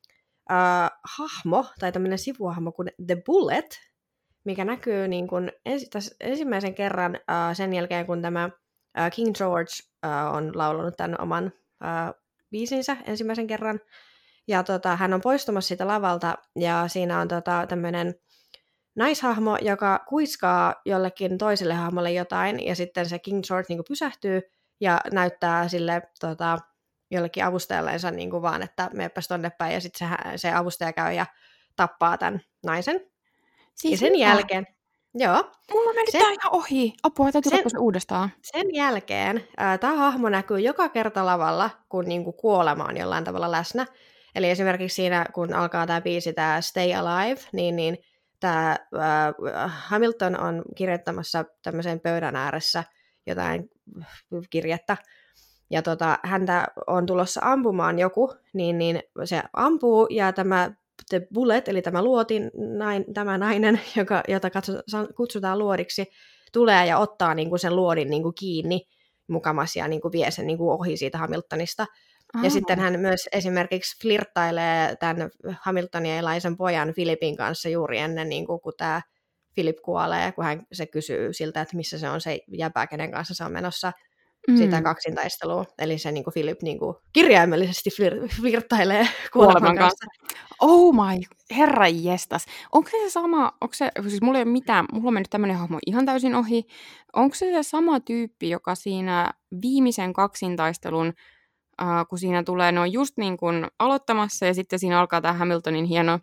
hahmo, tai tämmöinen sivuhahmo kuin The Bullet, mikä näkyy niin kuin, ensimmäisen kerran sen jälkeen, kun tämä King George on laulanut tämän oman biisinsä ensimmäisen kerran. Ja hän on poistumassa siitä lavalta, ja siinä on tämmöinen naishahmo, joka kuiskaa jollekin toiselle hahmolle jotain, ja sitten se King George niin kuin pysähtyy ja näyttää sille jollekin avustajalleensa niin kuin vaan, että meepäs tonne päin, ja sitten se avustaja käy ja tappaa tämän naisen. Siis ja sen jälkeen... Joo. Mulla meni tää ihan ohi. Apua, täytyy katsoa se uudestaan. Sen jälkeen tämä hahmo näkyy joka kerta lavalla, kun niinku kuolema on jollain tavalla läsnä. Eli esimerkiksi siinä, kun alkaa tämä biisi, tämä Stay Alive, niin tämä Hamilton on kirjoittamassa tämmöisen pöydän ääressä jotain kirjettä. Ja häntä on tulossa ampumaan joku, niin se ampuu, ja tämä The Bullet, eli tämä tämä nainen, jota kutsutaan luodiksi, tulee ja ottaa niin kuin sen luodin niin kuin kiinni mukamas ja niin kuin vie sen niin kuin ohi siitä Hamiltonista. Ja sitten hän myös esimerkiksi flirttailee tämän Hamiltonin ja Elisan pojan Philipin kanssa juuri ennen, niin kuin, kun tämä Philip kuolee, kun se kysyy siltä, että missä se on se jäpä, kenen kanssa se on menossa sitä kaksintaistelua. Eli se niin kuin Philip niin kuin kirjaimellisesti flirttailee kuoleman kanssa. Oh my, herranjestas. Onko se sama, siis mulla ei ole mitään, mulla on mennyt tämmöinen hahmo ihan täysin ohi. Onko se sama tyyppi, joka siinä viimeisen kaksintaistelun, kun siinä tulee, ne on just niin kuin aloittamassa, ja sitten siinä alkaa tämä Hamiltonin hieno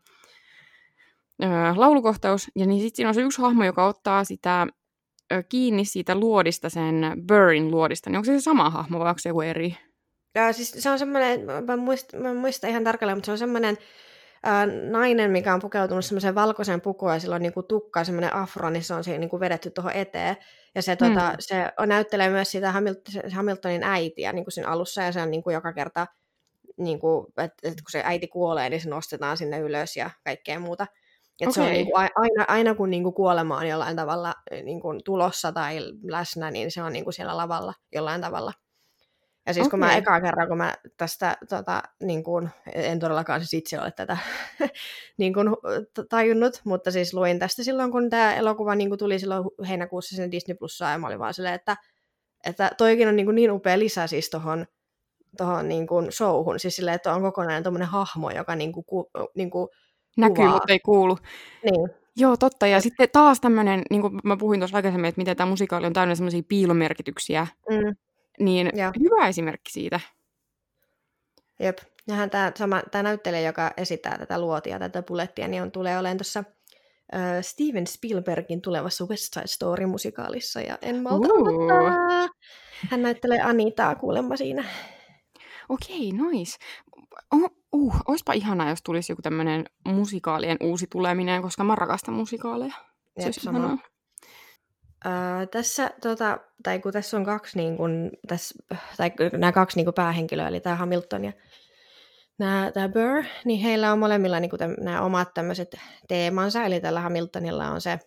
laulukohtaus, ja niin sitten siinä on se yksi hahmo, joka ottaa sitä kiinni siitä luodista, sen Burrin luodista, niin onko se sama hahmo vai onko se joku eri? Siis se on semmoinen, mä en muista ihan tarkalleen, mutta se on semmoinen nainen, mikä on pukeutunut semmoiseen valkoiseen pukuun, ja sillä on niinku tukka, semmoinen afro, niin se on siihen niinku vedetty tuohon eteen. Ja se näyttelee myös sitä Hamiltonin äitiä niinku siinä alussa, ja se on niinku joka kerta niinku, että kun se äiti kuolee, niin se nostetaan sinne ylös ja kaikkea muuta. Että Okei. se on niinku, aina kun niinku kuolema on jollain tavalla niinku tulossa tai läsnä, niin se on niinku siellä lavalla jollain tavalla. Ja siis kun mä ekaa kerran, kun mä tästä, niin kuin, en todellakaan siis itse ole tätä niin kuin, tajunnut, mutta siis luin tästä silloin, kun tämä elokuva niin kuin tuli silloin heinäkuussa sinne Disney Plussaan, ja mä olin vaan silleen, että toikin on niin upea lisä siis tohon niin kuin showhun, siis silleen, että on kokonainen tommonen hahmo, joka niin kuin näkyy, kuvaa. mutta ei kuulu. Niin. Joo, totta. Ja sitten taas tämmöinen, niin kuin mä puhuin tuossa aikaisemmin, että miten tämä musikaali on täynnä semmoisia piilomerkityksiä, niin hyvä esimerkki siitä. Jep. Ja tämä näyttelijä, joka esittää tätä luotia, tätä Bullettia, niin tulee olemaan tuossa Steven Spielbergin tulevassa West Side Story-musikaalissa, ja en malta odottaa. Hän näyttelee Anitaa kuulemma siinä. Okei, nice. Oispa ihanaa, jos tulisi joku tämmöinen musikaalien uusi tuleminen, koska mä rakastan musikaaleja. Jep, sama. Tässä, tai kun tässä on kaksi, niin kun, nämä kaksi niin kun päähenkilöä, eli tämä Hamilton ja tämä Burr, niin heillä on molemmilla niin kun nämä omat tämmöiset teemansa, eli tällä Hamiltonilla on se,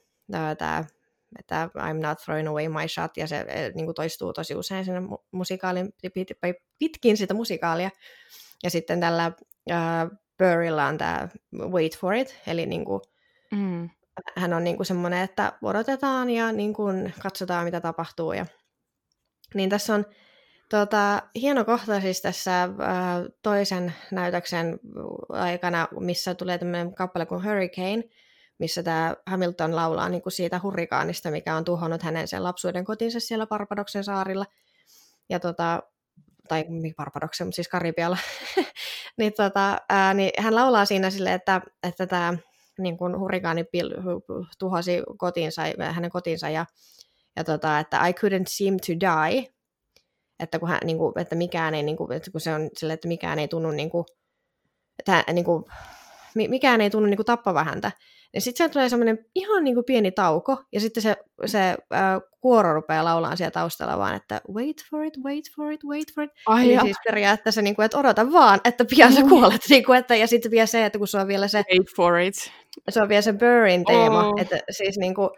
että I'm not throwing away my shot, ja se niin kun toistuu tosi usein siinä pitkin sitä musikaalia, ja sitten tällä Burrilla on tämä wait for it, eli niin kun, hän on niin kuin semmoinen, että odotetaan ja niin kuin katsotaan, mitä tapahtuu. Niin tässä on hieno kohta siis tässä toisen näytöksen aikana, missä tulee tämmöinen kappale kuin Hurricane, missä tämä Hamilton laulaa niin kuin siitä hurrikaanista, mikä on tuhonnut hänen sen lapsuuden kotinsa siellä Barbadoksen saarilla. Ja tai Barbadoksen, mutta siis Karibialla. niin, niin hän laulaa siinä silleen, että tämä niin kuin hurrikaani tuhosi hänen kotinsa ja että I couldn't seem to die, että kun hän niin kuin, että mikään ei niin kuin, että kun se on sille, että mikään ei tunnu niin kuin, että niin kuin, mikään ei tunnu niin kuin tappava häntä. Ja sitten sieltä tulee semmoinen ihan niin kuin pieni tauko, ja sitten se kuoro rupeaa laulaan siellä taustalla vaan, että wait for it, wait for it, wait for it. Eli siis periaatteessa, niin kuin, että odota vaan, että pian sä kuolet. Niin kuin, että, ja sitten vielä se, että kun se on vielä se wait for it. Se on vielä se Burrin teema, että siis niin kuin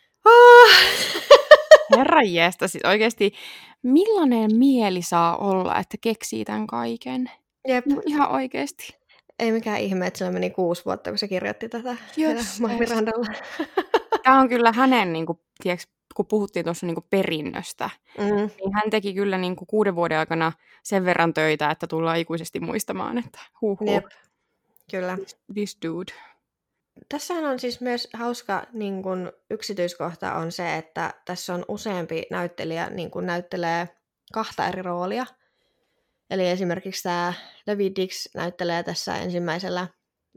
herranjeesta, siis oikeasti millainen mieli saa olla, että keksii tämän kaiken? Jep. No, ihan oikeasti. Ei mikään ihme, että sillä meni 6 vuotta, kun se kirjoitti tätä Mirandalla. Tämä on kyllä hänen, niin kuin, tiedätkö, kun puhuttiin tuossa niin kuin perinnöstä, niin hän teki kyllä niin kuin 6 vuoden aikana sen verran töitä, että tullaan ikuisesti muistamaan, että Jep. Kyllä. This dude. Tässähän on siis myös hauska niin kun yksityiskohta on se, että tässä on useampi näyttelijä niin kun näyttelee 2 eri roolia. Eli esimerkiksi tämä David Dix näyttelee tässä ensimmäisellä,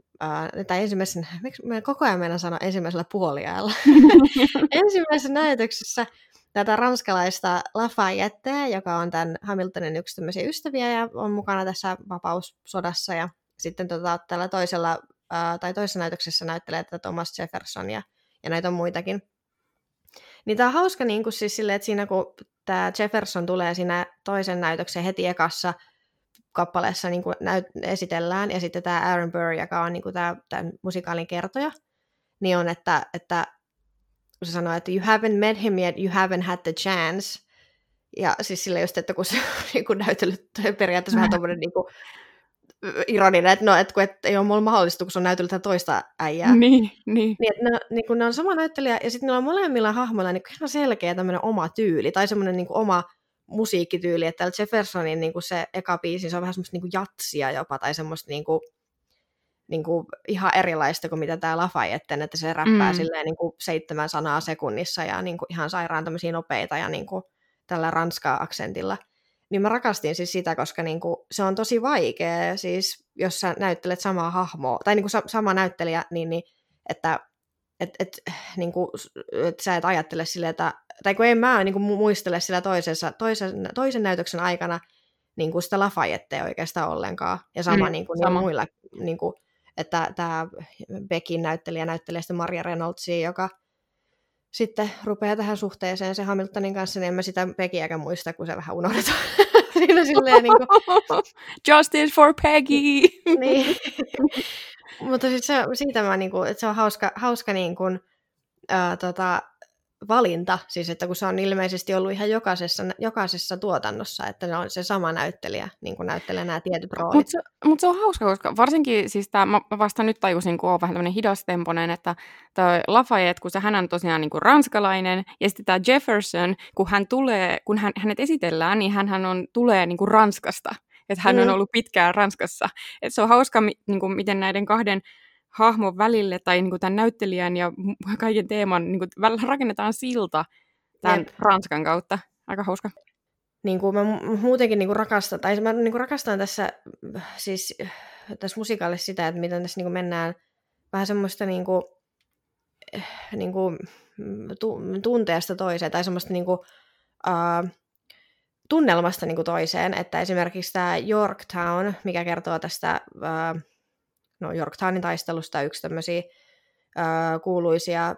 miksi mä koko ajan meinaan sanoa ensimmäisellä puoliajalla. Ensimmäisessä näytöksessä tätä ranskalaista Lafayettea, joka on tämän Hamiltonin yksi tämmöisiä ystäviä ja on mukana tässä vapaussodassa. Ja sitten tällä toisessa näytöksessä näyttelee tätä Thomas Jefferson ja näitä on muitakin. Niin tää on hauska niin kuin siis silleen, että siinä kun tämä Jefferson tulee siinä toisen näytöksen heti ekassa kappaleessa niin kuin esitellään, ja sitten tämä Aaron Burr, joka on niin kuin tämä musikaalin kertoja, niin on, että kun se sanoo, että you haven't met him yet, you haven't had the chance. Ja siis sille just, että kun se on niin kuin näytellyt periaatteessa vähän tommoinen niin kuin ironinen, että että ei ole mulla mahdollista, kun se on näytellyt toista äijää. Niin. Niin kun ne on sama näyttelijä, ja sitten niillä on molemmilla hahmoilla niin ihan selkeä tämmöinen oma tyyli, tai semmoinen niin oma musiikkityyli, että täällä Jeffersonin niin kuin se eka biisi, se on vähän semmoista niin kuin jatsia jopa, tai semmoista niin kuin ihan erilaista kuin mitä tämä Lafayette, että se räppää silleen niin kuin 7 sanaa sekunnissa, ja niin kuin ihan sairaan tämmöisiä nopeita, ja niin kuin tällä ranskaa-aksentilla. Niin mä rakastin siis sitä, koska niinku, se on tosi vaikea, siis jos sä näyttelet samaa hahmoa, tai niinku sama näyttelijä, niin että niinku, et sä et ajattele silleen, että, tai kun en mä niinku muistele sillä toisen näytöksen aikana niinku sitä Lafayettea oikeastaan ollenkaan, ja sama niinku sama. Muilla, niinku, että tämä Beckin näyttelijä näyttelee sitten Maria Reynoldsia, joka sitten rupeaa tähän suhteeseen se Hamiltonin kanssa, niin en mä sitä Beckiäkään muista, kun se vähän unohdetaan siinä silleen niinku... Justice for Peggy! Niin. Mutta siis siitä mä niinku, että se on hauska niinku, valinta, siis että kun se on ilmeisesti ollut ihan jokaisessa tuotannossa, että se on se sama näyttelijä, niin kuin näyttelee nämä tietyt roolit. Mutta se on hauska, koska varsinkin, siis mä vasta nyt tajusin, kun on vähän tämmöinen hidastempoinen, että toi Lafayette, kun hän on tosiaan niin kuin ranskalainen, ja sitten tämä Jefferson, kun hänet esitellään, niin hän tulee niin kuin Ranskasta, että hän on ollut pitkään Ranskassa. Et se on hauska, niin kuin, miten näiden kahden hahmon välille, tai niin kuin tämän näyttelijän ja kaiken teeman, niin kuin, rakennetaan silta tämän Ranskan kautta. Aika hauska. Niin kuin mä muutenkin niin kuin rakastan tässä, siis, tässä musikaalissa sitä, että miten tässä niin kuin mennään vähän semmoista niin kuin tunteesta toiseen, tai semmoista niin kuin, tunnelmasta niin kuin toiseen, että esimerkiksi tämä Yorktown, mikä kertoo tästä Yorktownin taistelusta, yksi tämmöisiä kuuluisia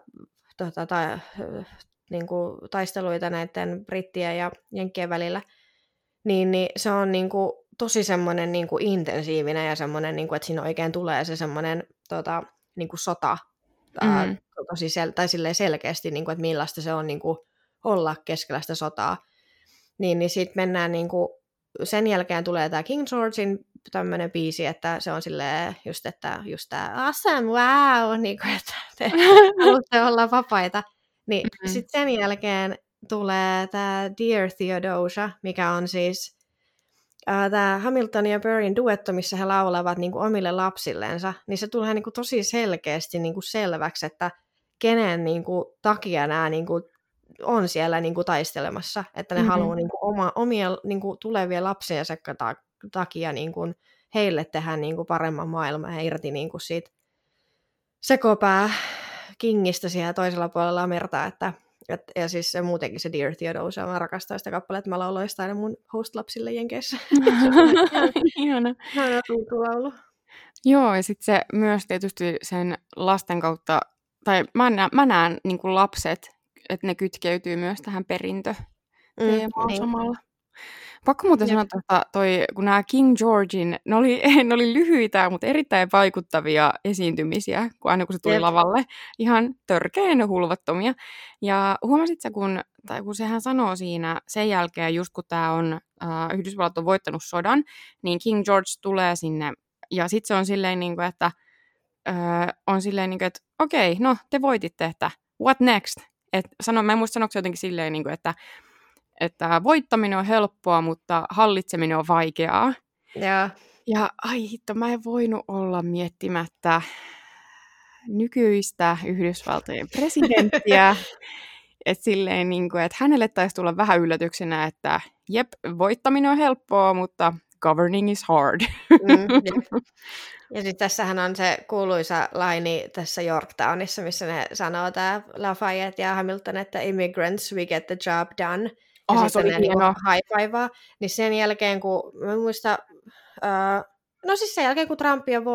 niin kuin taisteluita näiden brittien ja jenkkien välillä, niin se on niin kuin tosi semmoinen niin kuin intensiivinen ja semmoinen, niin kuin, että siinä oikein tulee se semmoinen niin kuin sota tosi tai selkeästi, niin kuin, että millaista se on niin kuin olla keskellä sitä sotaa. Niin sitten mennään niin kuin, sen jälkeen tulee tämä King Georgein tämmöinen biisi, että se on silleen just tämä awesome, wow, niin kuin, että te haluatte olla vapaita. Niin sitten sen jälkeen tulee tämä Dear Theodosia, mikä on siis tämä Hamilton ja Burrin duetto, missä he laulavat niin kuin omille lapsillensa, niin se tulee niin kuin tosi selkeästi niin kuin selväksi, että kenen niin kuin takia nämä niin kuin on siellä niin kuin taistelemassa, että ne haluaa niin kuin omia niin kuin tulevia lapsiensa takia niin kuin heille tehdä niin kuin paremman maailman ja irti niin kuin siitä sekopää Kingistä siellä toisella puolella merta, ja siis se muutenkin se Dear Theodosia, mä rakastan sitä kappaletta, mä lauloin sitä aina mun host-lapsille Jenkeissä. Ihana. Ihana tuttu laulu. Joo, ja sitten se myös tietysti sen lasten kautta, tai mä näen niin kuin lapset, että ne kytkeytyy myös tähän perintöteemaan samalla. Pakko muuten sanoa, että kun nämä King Georgein, ne oli lyhyitä, mutta erittäin vaikuttavia esiintymisiä, aina kun se tuli lavalle. Ihan törkeän hulvattomia. Ja huomasit sä, kun sehän sanoo siinä sen jälkeen, just kun tämä on, Yhdysvallat on voittanut sodan, niin King George tulee sinne, ja sitten se on silleen, niin kuin, että okei, no te voititte, että what next? Mä en muista sanoa se jotenkin silleen, niin kuin, että voittaminen on helppoa, mutta hallitseminen on vaikeaa. Ja ai hitto, mä en voinut olla miettimättä nykyistä Yhdysvaltojen presidenttiä. Että silleen, niin kuin, että hänelle taisi tulla vähän yllätyksenä, että jep, voittaminen on helppoa, mutta governing is hard. Ja sitten tässähän on se kuuluisa laini tässä Yorktownissa, missä ne sanoo tämä Lafayette ja Hamilton, että immigrants, we get the job done. Ja sitten ne niinku high-fivaa. Niin sen jälkeen, kun mä muistan, siis sen jälkeen, kun Trump jo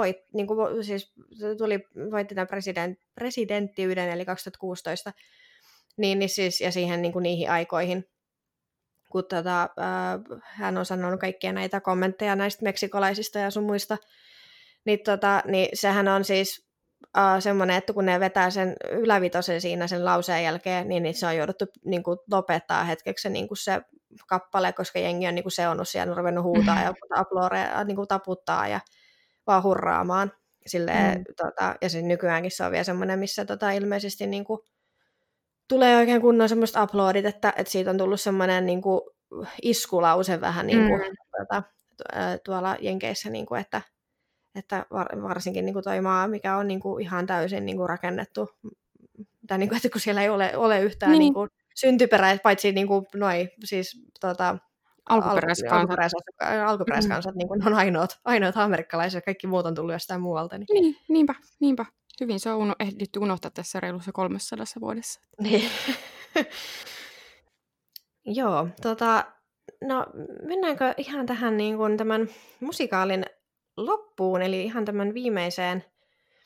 voitti tämän presidenttiyden, eli 2016, niin siis, ja siihen niin kuin niihin aikoihin, kun hän on sanonut kaikkia näitä kommentteja näistä meksikolaisista ja sun muista, niin sehän on siis semmoinen, että kun ne vetää sen ylävitosen siinä sen lauseen jälkeen, niin se on jouduttu niin kuin lopettaa hetkeksi niin kuin se kappale, koska jengi on niin kuin seonnut siellä, on ruvennut huutaa ja niin kuin taputtaa ja vaan hurraamaan. Silleen, ja sen nykyäänkin se on vielä semmoinen, missä ilmeisesti niin kuin tulee oikein kunnon semmoista uploadit, että siitä on tullut semmoinen niin kuin iskulause vähän niin kuin, tuolla Jenkeissä, niin kuin, että varsinkin niin kuin toi maa, mikä on niin kuin ihan täysin niin kuin rakennettu, tai niin kuin, että kun siellä ei ole yhtään niin kuin syntyperäistä, paitsi niin kuin siis alkuperäiskansat niin kuin on ainoat amerikkalaiset, kaikki muut on tullut jostain muualta. Niin, niinpä. Hyvin se on ehditty unohtaa tässä reilussa 300 vuodessa. Niin. Joo, no mennäänkö ihan tähän niin kuin tämän musikaalin loppuun, eli ihan tämän viimeiseen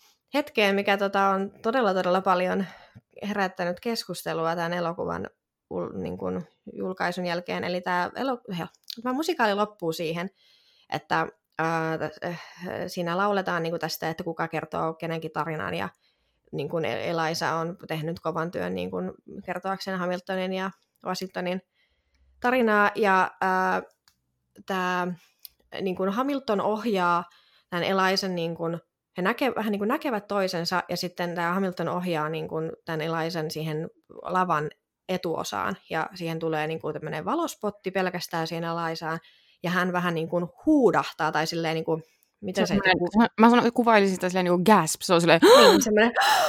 hetkeen, mikä on todella paljon herättänyt keskustelua tämän elokuvan niin kuin julkaisun jälkeen. Eli tämä musikaali loppuu siihen, että siinä lauletaan niin kuin tästä, että kuka kertoo kenenkin tarinan, ja niin kuin Eliza on tehnyt kovan työn niin kuin kertoakseen Hamiltonin ja Washingtonin tarinaa, ja tämä niin kuin Hamilton ohjaa tämän Elizan, niin kuin, he vähän niin kuin näkevät toisensa, ja sitten tämä Hamilton ohjaa niin kuin tämän Elizan siihen lavan etuosaan, ja siihen tulee niin kuin tämmöinen valospotti pelkästään siihen Elizaan, ja hän vähän niin kuin huudahtaa, tai silleen niin kuin, miten se... Mä kuvailisin sitä silleen niin kuin gasp, se on silleen... Niin, semmoinen...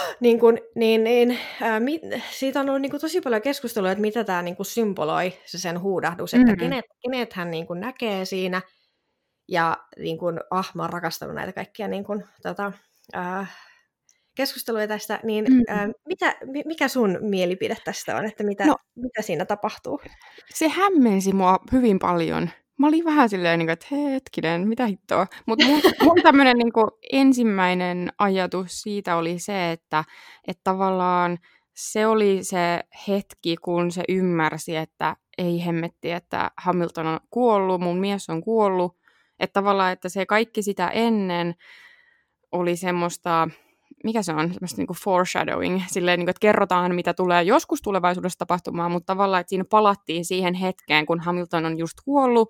siitä on ollut niin kuin tosi paljon keskustelua, että mitä tämä niin kuin symboloi, se sen huudahdus, että kenet hän niin kuin näkee siinä, ja niin kuin, mä oon rakastanut näitä kaikkia niin kuin, keskusteluja tästä, niin mikä sun mielipide tästä on, että mitä siinä tapahtuu? Se hämmensi mua hyvin paljon. Mä olin vähän silleen, että hetkinen, mitä hittoa. Mutta mun tämmöinen niin ensimmäinen ajatus siitä oli se, että tavallaan se oli se hetki, kun se ymmärsi, että ei hemmetti, että Hamilton on kuollut, mun mies on kuollut. Että tavallaan, että se kaikki sitä ennen oli semmoista, mikä se on, semmoista niin kuin foreshadowing, silleen, niin kuin, että kerrotaan, mitä tulee joskus tulevaisuudessa tapahtumaan, mutta tavallaan, että siinä palattiin siihen hetkeen, kun Hamilton on just kuollut,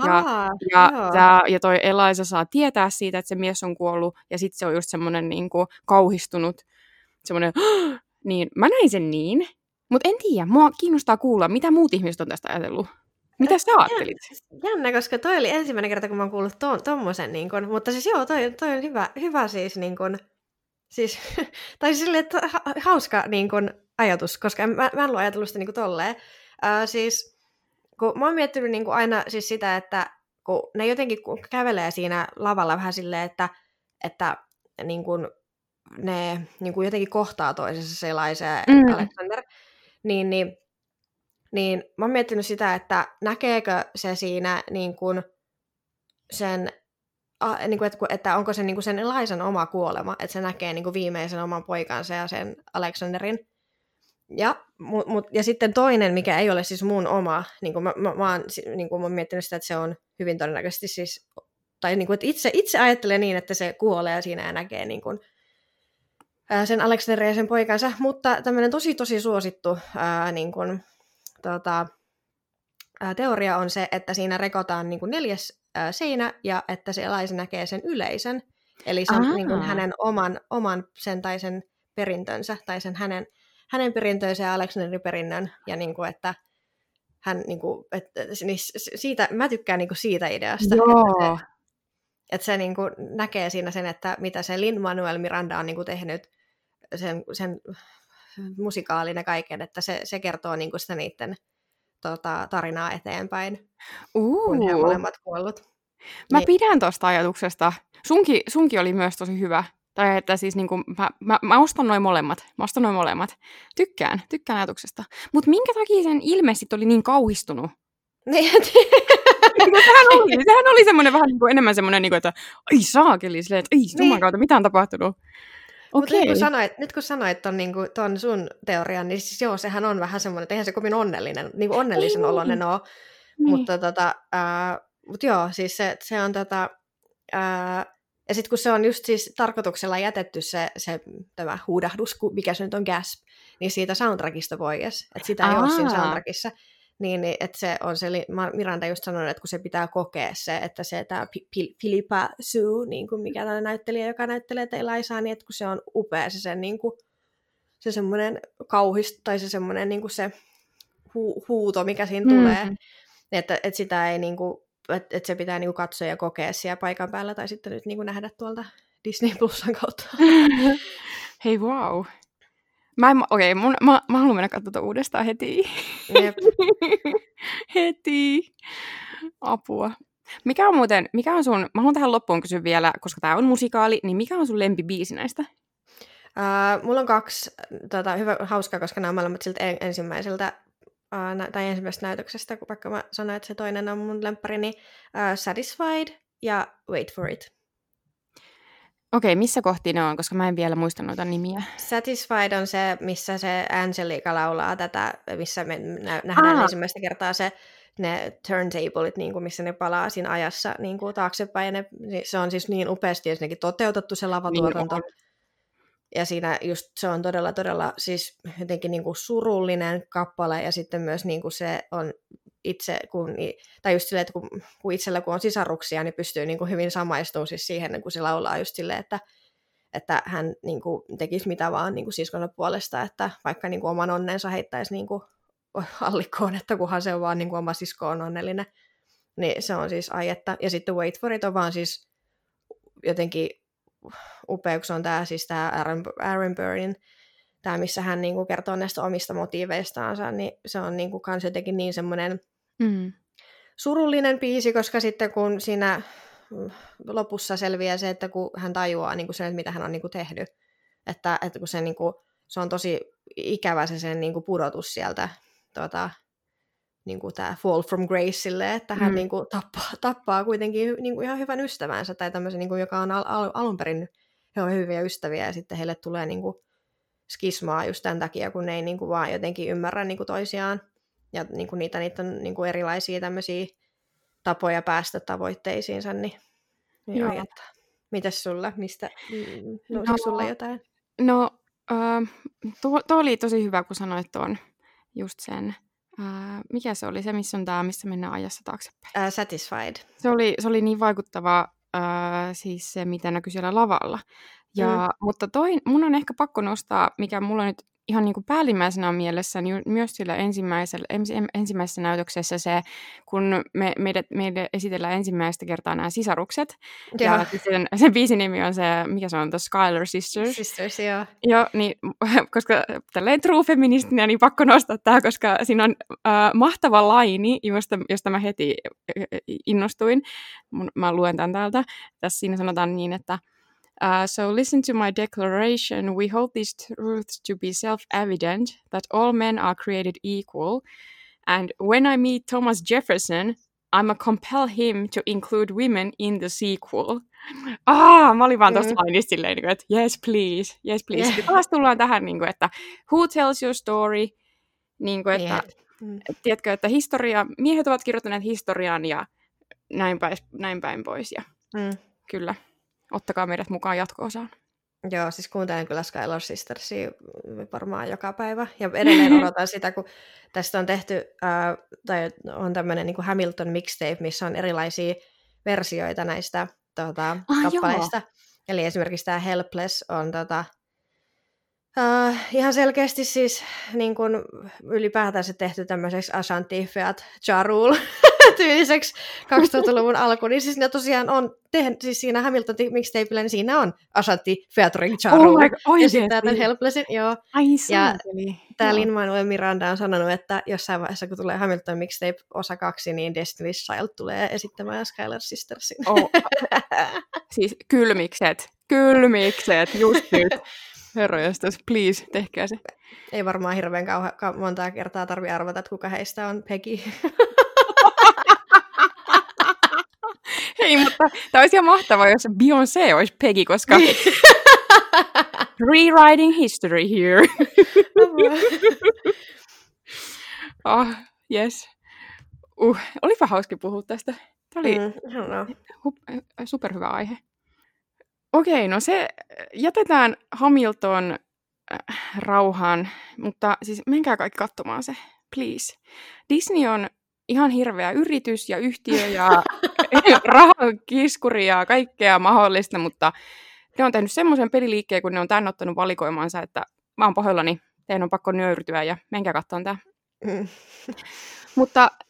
ja toi Eliza saa tietää siitä, että se mies on kuollut, ja sitten se on just semmoinen niin kuin kauhistunut, semmoinen, niin mä näin sen niin, mutta en tiedä, mua kiinnostaa kuulla, mitä muut ihmiset on tästä ajatellut. Mitä sä ajattelit? Jännä, koska toi oli ensimmäinen kerta, kun mä oon kuullut tommosen, niin kun, mutta siis joo, toi on hyvä siis, niin kun, siis tai siis silleen, että hauska niin kun, ajatus, koska mä en ole ajatellut sitä niin kun tolleen. Siis, kun mä oon miettinyt niin kun aina siis sitä, että kun ne jotenkin kävelee siinä lavalla vähän silleen, että niin kun, ne niin kun jotenkin kohtaa toisessa sellaisen Alexander, niin mä oon miettinyt sitä, että näkeekö se siinä niin kuin sen, niin kuin, että onko se niin kuin sen Elizan oma kuolema, että se näkee niin kuin viimeisen oman poikansa ja sen Alexanderin. Ja sitten toinen, mikä ei ole siis mun oma, niin kuin mä oon miettinyt sitä, että se on hyvin todennäköisesti siis, tai niin kuin, että itse ajattelee niin, että se kuolee siinä ja näkee niin kuin, sen Alexanderin ja sen poikansa, mutta tämmöinen tosi suosittu niin kuin, teoria on se, että siinä rekotaan niin kuin 4. seinä ja että se Eliza näkee sen yleisön, eli sen, niin kuin hänen oman sen tai sen perintönsä tai sen hänen perintönsä ja Alexanderin perinnön, ja niin kuin, että hän niin kuin, niin siitä, mä tykkään niin kuin siitä ideasta, että se niin kuin näkee siinä sen, että mitä se Lin-Manuel Miranda on niin kuin tehnyt sen musikaalin ja kaiken, että se kertoo niin kuin sitä niiden tarinaa eteenpäin, kun he on molemmat kuollut. Mä pidän tuosta ajatuksesta. Sunki oli myös tosi hyvä. Tai että siis niinku, mä ostan noin molemmat. Tykkään ajatuksesta. Mutta minkä takia sen ilme sit oli niin kauhistunut? Sehän oli semmoinen vähän niinku, enemmän semmoinen, niinku, että ai saakeli, silleen, että ai juman mitä on tapahtunut. Mutta nyt kun sanoit ton sun teorian, niin siis joo, sehän on vähän semmoinen, että eihän se kovin onnellinen, niin kuin onnellisen oloinen ole. Mutta joo, siis se on ja sitten kun se on just siis tarkoituksella jätetty tämä huudahdus, mikä se nyt on gasp, niin siitä soundtrackista pois, että sitä ei ole siinä soundtrackissa. Niin, että se on se, Miranda just sanonut, että kun se pitää kokea se, että se tämä Philippa Sue, niin kuin mikä tämä näyttelijä, joka näyttelee Elizaa, niin että kun se on upea se semmoinen kauhist, tai se semmoinen niin kuin se huuto, mikä siinä tulee, että sitä ei niin kuin, että se pitää niin kuin katsoa ja kokea siellä paikan päällä, tai sitten nyt niin kuin nähdä tuolta Disney Plusan kautta. Hei, wow. Mä haluan mennä katsomaan uudestaan heti. Jep. Heti. Apua. Mikä on sun, mä haluan tähän loppuun kysyä vielä, koska tää on musikaali, niin mikä on sun lempibiisi näistä? Mulla on 2 hauskaa, koska nämä on molemmat siltä ensimmäiseltä tai ensimmäisestä näytöksestä, kun vaikka mä sanoin, että se toinen on mun lemppari, niin Satisfied ja Wait for it. Okei, missä kohti ne on, koska mä en vielä muista noita nimiä. Satisfied on se, missä se Angelica laulaa tätä, missä me nähdään ensimmäistä kertaa ne turntablet, niin kuin missä ne palaa siinä ajassa niin kuin taaksepäin. Ja se on siis niin upeasti ensinnäkin toteutettu se lavatuotanto. Niin ja siinä just se on todella, todella siis jotenkin niin kuin surullinen kappale, ja sitten myös niin kuin se on itse, tai just silleen, että kun itsellä kun on sisaruksia, niin pystyy niin kuin hyvin samaistumaan siis siihen, kun se laulaa just silleen, että hän niin kuin tekisi mitä vaan niin kuin siskonsa puolesta, että vaikka niin kuin oman onnensa heittäisi niin kuin allikkoon, että kunhan se on vaan niin kuin oma sisko on onnellinen. Niin se on siis aietta. Ja sitten Wait for it on vaan siis jotenkin upea, kun se on tämä Aaron Burrin, tämä missä hän niin kuin kertoo näistä omista motiiveistaansa, niin se on niin kuin kans jotenkin niin semmoinen surullinen biisi, koska sitten kun siinä lopussa selviää se, että kun hän tajuaa niin kuin sen, että mitä hän on niin kuin tehnyt, että kun se, niin kuin, se on tosi ikävä se sen niin kuin pudotus sieltä, niin kuin tämä fall from grace, että hän niin kuin tappaa kuitenkin niin kuin ihan hyvän ystävänsä, tai tämmöisen, niin kuin, joka on alun perin, he on hyviä ystäviä, ja sitten heille tulee niin kuin skismaa just tämän takia, kun ne ei niin kuin vaan jotenkin ymmärrä niin kuin toisiaan, ja niin kuin niitä niin kuin erilaisia tämmöisiä tapoja päästä tavoitteisiinsa, niin ajattaa. Mitäs sulla? Mistä nousiko sulla jotain? No, tuo oli tosi hyvä, kun sanoit tuon just sen. Mikä se oli? Se, missä on tämä, missä mennään ajassa taaksepäin. Satisfied. Se oli niin vaikuttava, siis se, mitä näkyy siellä lavalla. Mutta mun on ehkä pakko nostaa, mikä mulla nyt ihan niin kuin päällimmäisenä on mielessä, niin myös sillä ensimmäisessä näytöksessä se, kun meille esitellään ensimmäistä kertaa nämä sisarukset. Ja sen biisin nimi on se, mikä se on, The Schuyler Sisters. Sisters, joo. Joo, niin, koska tälleen true feministinä, niin pakko nostaa tämä, koska siinä on mahtava laini, josta mä heti innostuin. Mä luen tämän täältä. Tässä siinä sanotaan niin, että so listen to my declaration. We hold these truths to be self-evident, that all men are created equal. And when I meet Thomas Jefferson, I'm compel him to include women in the sequel. Mä olin vaan tuossa lainissa silleen, että yes please. Sitten taas tullaan tähän, että who tells your story? Että, tiedätkö, että miehet ovat kirjoittaneet historian ja näin päin pois. Ja kyllä. Ottakaa meidät mukaan jatko-osaan. Joo, siis kuuntelen kyllä Schuyler Sistersia varmaan joka päivä. Ja edelleen odotan sitä, kun tästä on tehty, tai on tämmöinen niin kuin Hamilton mixtape, missä on erilaisia versioita näistä kappaleista. Joo. Eli esimerkiksi tämä Helpless on ihan selkeästi siis niin kuin ylipäätään se tehty tämmöiseksi Ashanti Feat Ja Rule tyyliseksi 2000-luvun alku, niin siis ne tosiaan on tehnyt, siis siinä Hamilton mixtapeillä, niin siinä on Ashanti featuring Ja Rule. Ja sitten tämän Helplessin, joo. Ja tämä Lin-Manuel Miranda on sanonut, että jossain vaiheessa, kun tulee Hamilton mixtape osa 2, niin Destiny's Child tulee esittämään Schuyler Sistersin. Siis kylmikset, just nyt. Herranjestas, please, tehkää se. Ei varmaan hirveän monta kertaa tarvitse arvata, että kuka heistä on Peggy. Hei, mutta tämä olisi ihan mahtavaa, jos Beyoncé olisi Peggy, koska rewriting history here. Yes. Olipa hauska puhua tästä. Tämä oli superhyvä aihe. Okei, no se jätetään Hamilton rauhaan, mutta siis menkää kaikki katsomaan se, please. Disney on ihan hirveä yritys ja yhtiö ja rahakiskuri ja kaikkea mahdollista, mutta ne on tehnyt semmoisen peliliikkeen, kun ne on tänne ottanut valikoimansa, että mä oon pahoillani, teidän on pakko nöyrtyä ja menkää katsomaan tää. Mutta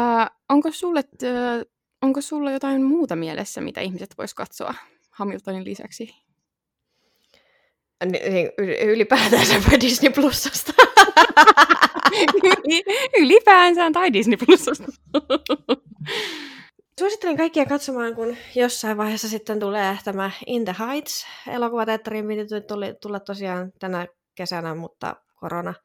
onko sulla jotain muuta mielessä, mitä ihmiset vois katsoa Hamiltonin lisäksi? Ylipäätänsä Disney Plusasta. Ylipäänsä tai Disney Plusasta. Suosittelen kaikkia katsomaan, kun jossain vaiheessa sitten tulee tämä In the Heights elokuvateatteriin, piti tulla tosiaan tänä kesänä, mutta korona.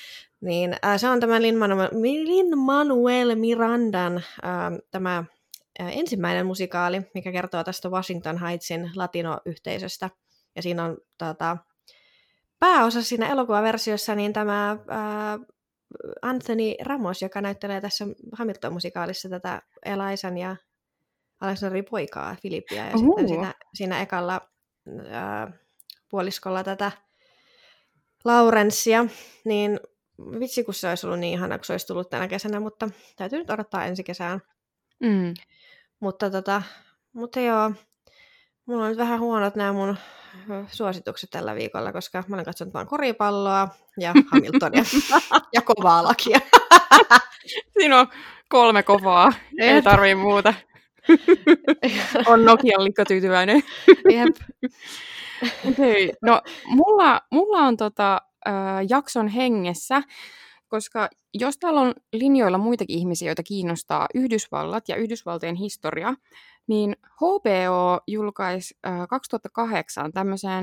Niin, se on tämä Lin-Manuel Mirandan tämä ensimmäinen musikaali, mikä kertoo tästä Washington Heightsin latinoyhteisöstä. Ja siinä on pääosa siinä elokuvaversiossa niin tämä Anthony Ramos, joka näyttelee tässä Hamilton-musikaalissa tätä Elisan ja Alexanderin poikaa, Filippiä. Ja sitten siinä ekalla puoliskolla tätä Laurencia, niin vitsi kun se olisi ollut niin ihana, kun se olisi tullut tänä kesänä, mutta täytyy nyt odottaa ensi kesään. Mutta joo, mulla on nyt vähän huonot nämä mun suositukset tällä viikolla, koska mä olen katsonut vaan koripalloa ja Hamiltonia ja kovaa lakia. Siinä on 3 kovaa, ei tarvii muuta. On Nokian likka tyytyväinen. Jep. Okay. No, mulla on jakson hengessä, koska jos täällä on linjoilla muitakin ihmisiä, joita kiinnostaa Yhdysvallat ja Yhdysvaltojen historia, niin HBO julkaisi 2008 tämmöisen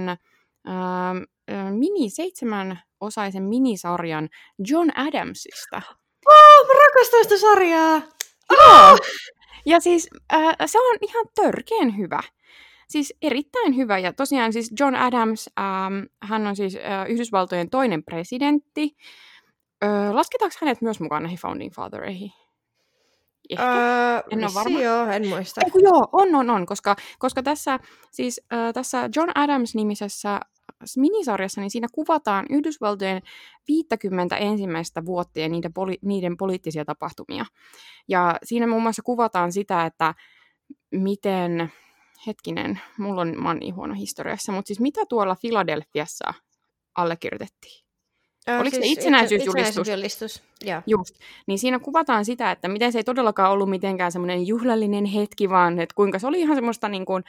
7-osaisen minisarjan John Adamsista. Mä rakastan sitä sarjaa! Joo! Ja siis se on ihan törkeän hyvä. Siis erittäin hyvä. Ja tosiaan siis John Adams, hän on siis Yhdysvaltojen toinen presidentti. Lasketaanko hänet myös mukaan näihin Founding Fathereihin? Ehkä. En ole varma. Joo, en muista. Joo, on. Koska tässä John Adams-nimisessä minisarjassa, niin siinä kuvataan Yhdysvaltojen 50 ensimmäistä vuotta ja niiden poliittisia tapahtumia. Ja siinä muun muassa kuvataan sitä, että miten, mä oon niin huono historiassa, mutta siis mitä tuolla Filadelfiassa allekirjoitettiin? Oliko se itsenäisyysjulistus? Just. Niin siinä kuvataan sitä, että miten se ei todellakaan ollut mitenkään semmoinen juhlallinen hetki, vaan että kuinka se oli ihan semmoista niin kuin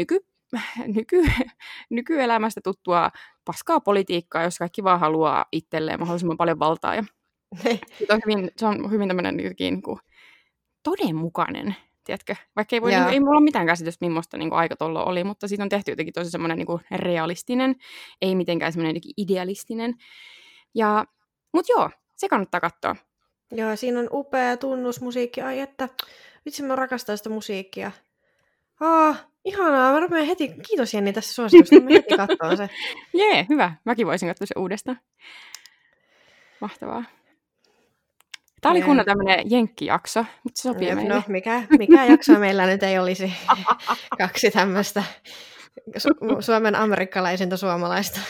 nykyelämästä tuttua paskaa politiikkaa, jos kaikki vaan haluaa itselleen mahdollisimman paljon valtaa. Ja se on hyvin tämmöinen niin kuin todenmukainen, tiedätkö? Vaikka ei mulla ole mitään käsitystä, millaista niin kuin aika tuolla oli, mutta siitä on tehty jotenkin tosi semmoinen niin kuin realistinen, ei mitenkään semmoinen jotenkin idealistinen. Mutta joo, se kannattaa katsoa. Joo, siinä on upea tunnusmusiikki. Ai että, vitsi mä rakastan sitä musiikkia. Ihanaa, mä rupean heti, kiitos Jenni tässä suositusta, mä heti katsoin se. Jee, hyvä. Mäkin voisin katsoa se uudestaan. Mahtavaa. Tämä oli kunnan tämmöinen jenkkijakso, mutta se sopii meille. No, mikä jakso meillä nyt ei olisi 2 tämmöistä Suomen amerikkalaisinta suomalaista.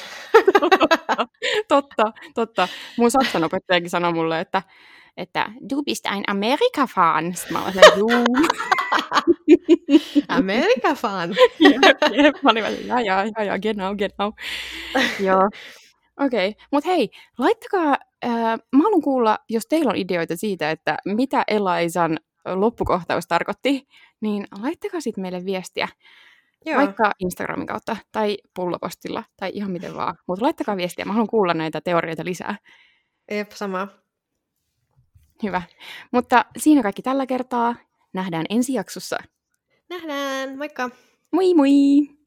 Totta. Mun saksanopettajakin sanoi mulle, että du bist ein Amerika-fan. Mä olin juu. Amerika-fan. Jep, mä olin vähän, ja, genau. Joo. Okei, mutta hei, laittakaa, mä haluan kuulla, jos teillä on ideoita siitä, että mitä Elisan loppukohtaus tarkoitti, niin laittakaa sitten meille viestiä. Joo. Vaikka Instagramin kautta tai pullopostilla tai ihan miten vaan. Mutta laittakaa viestiä, mä haluan kuulla näitä teorioita lisää. Jep, sama. Hyvä. Mutta siinä kaikki tällä kertaa. Nähdään ensi jaksossa. Nähdään, moikka! Moi moi!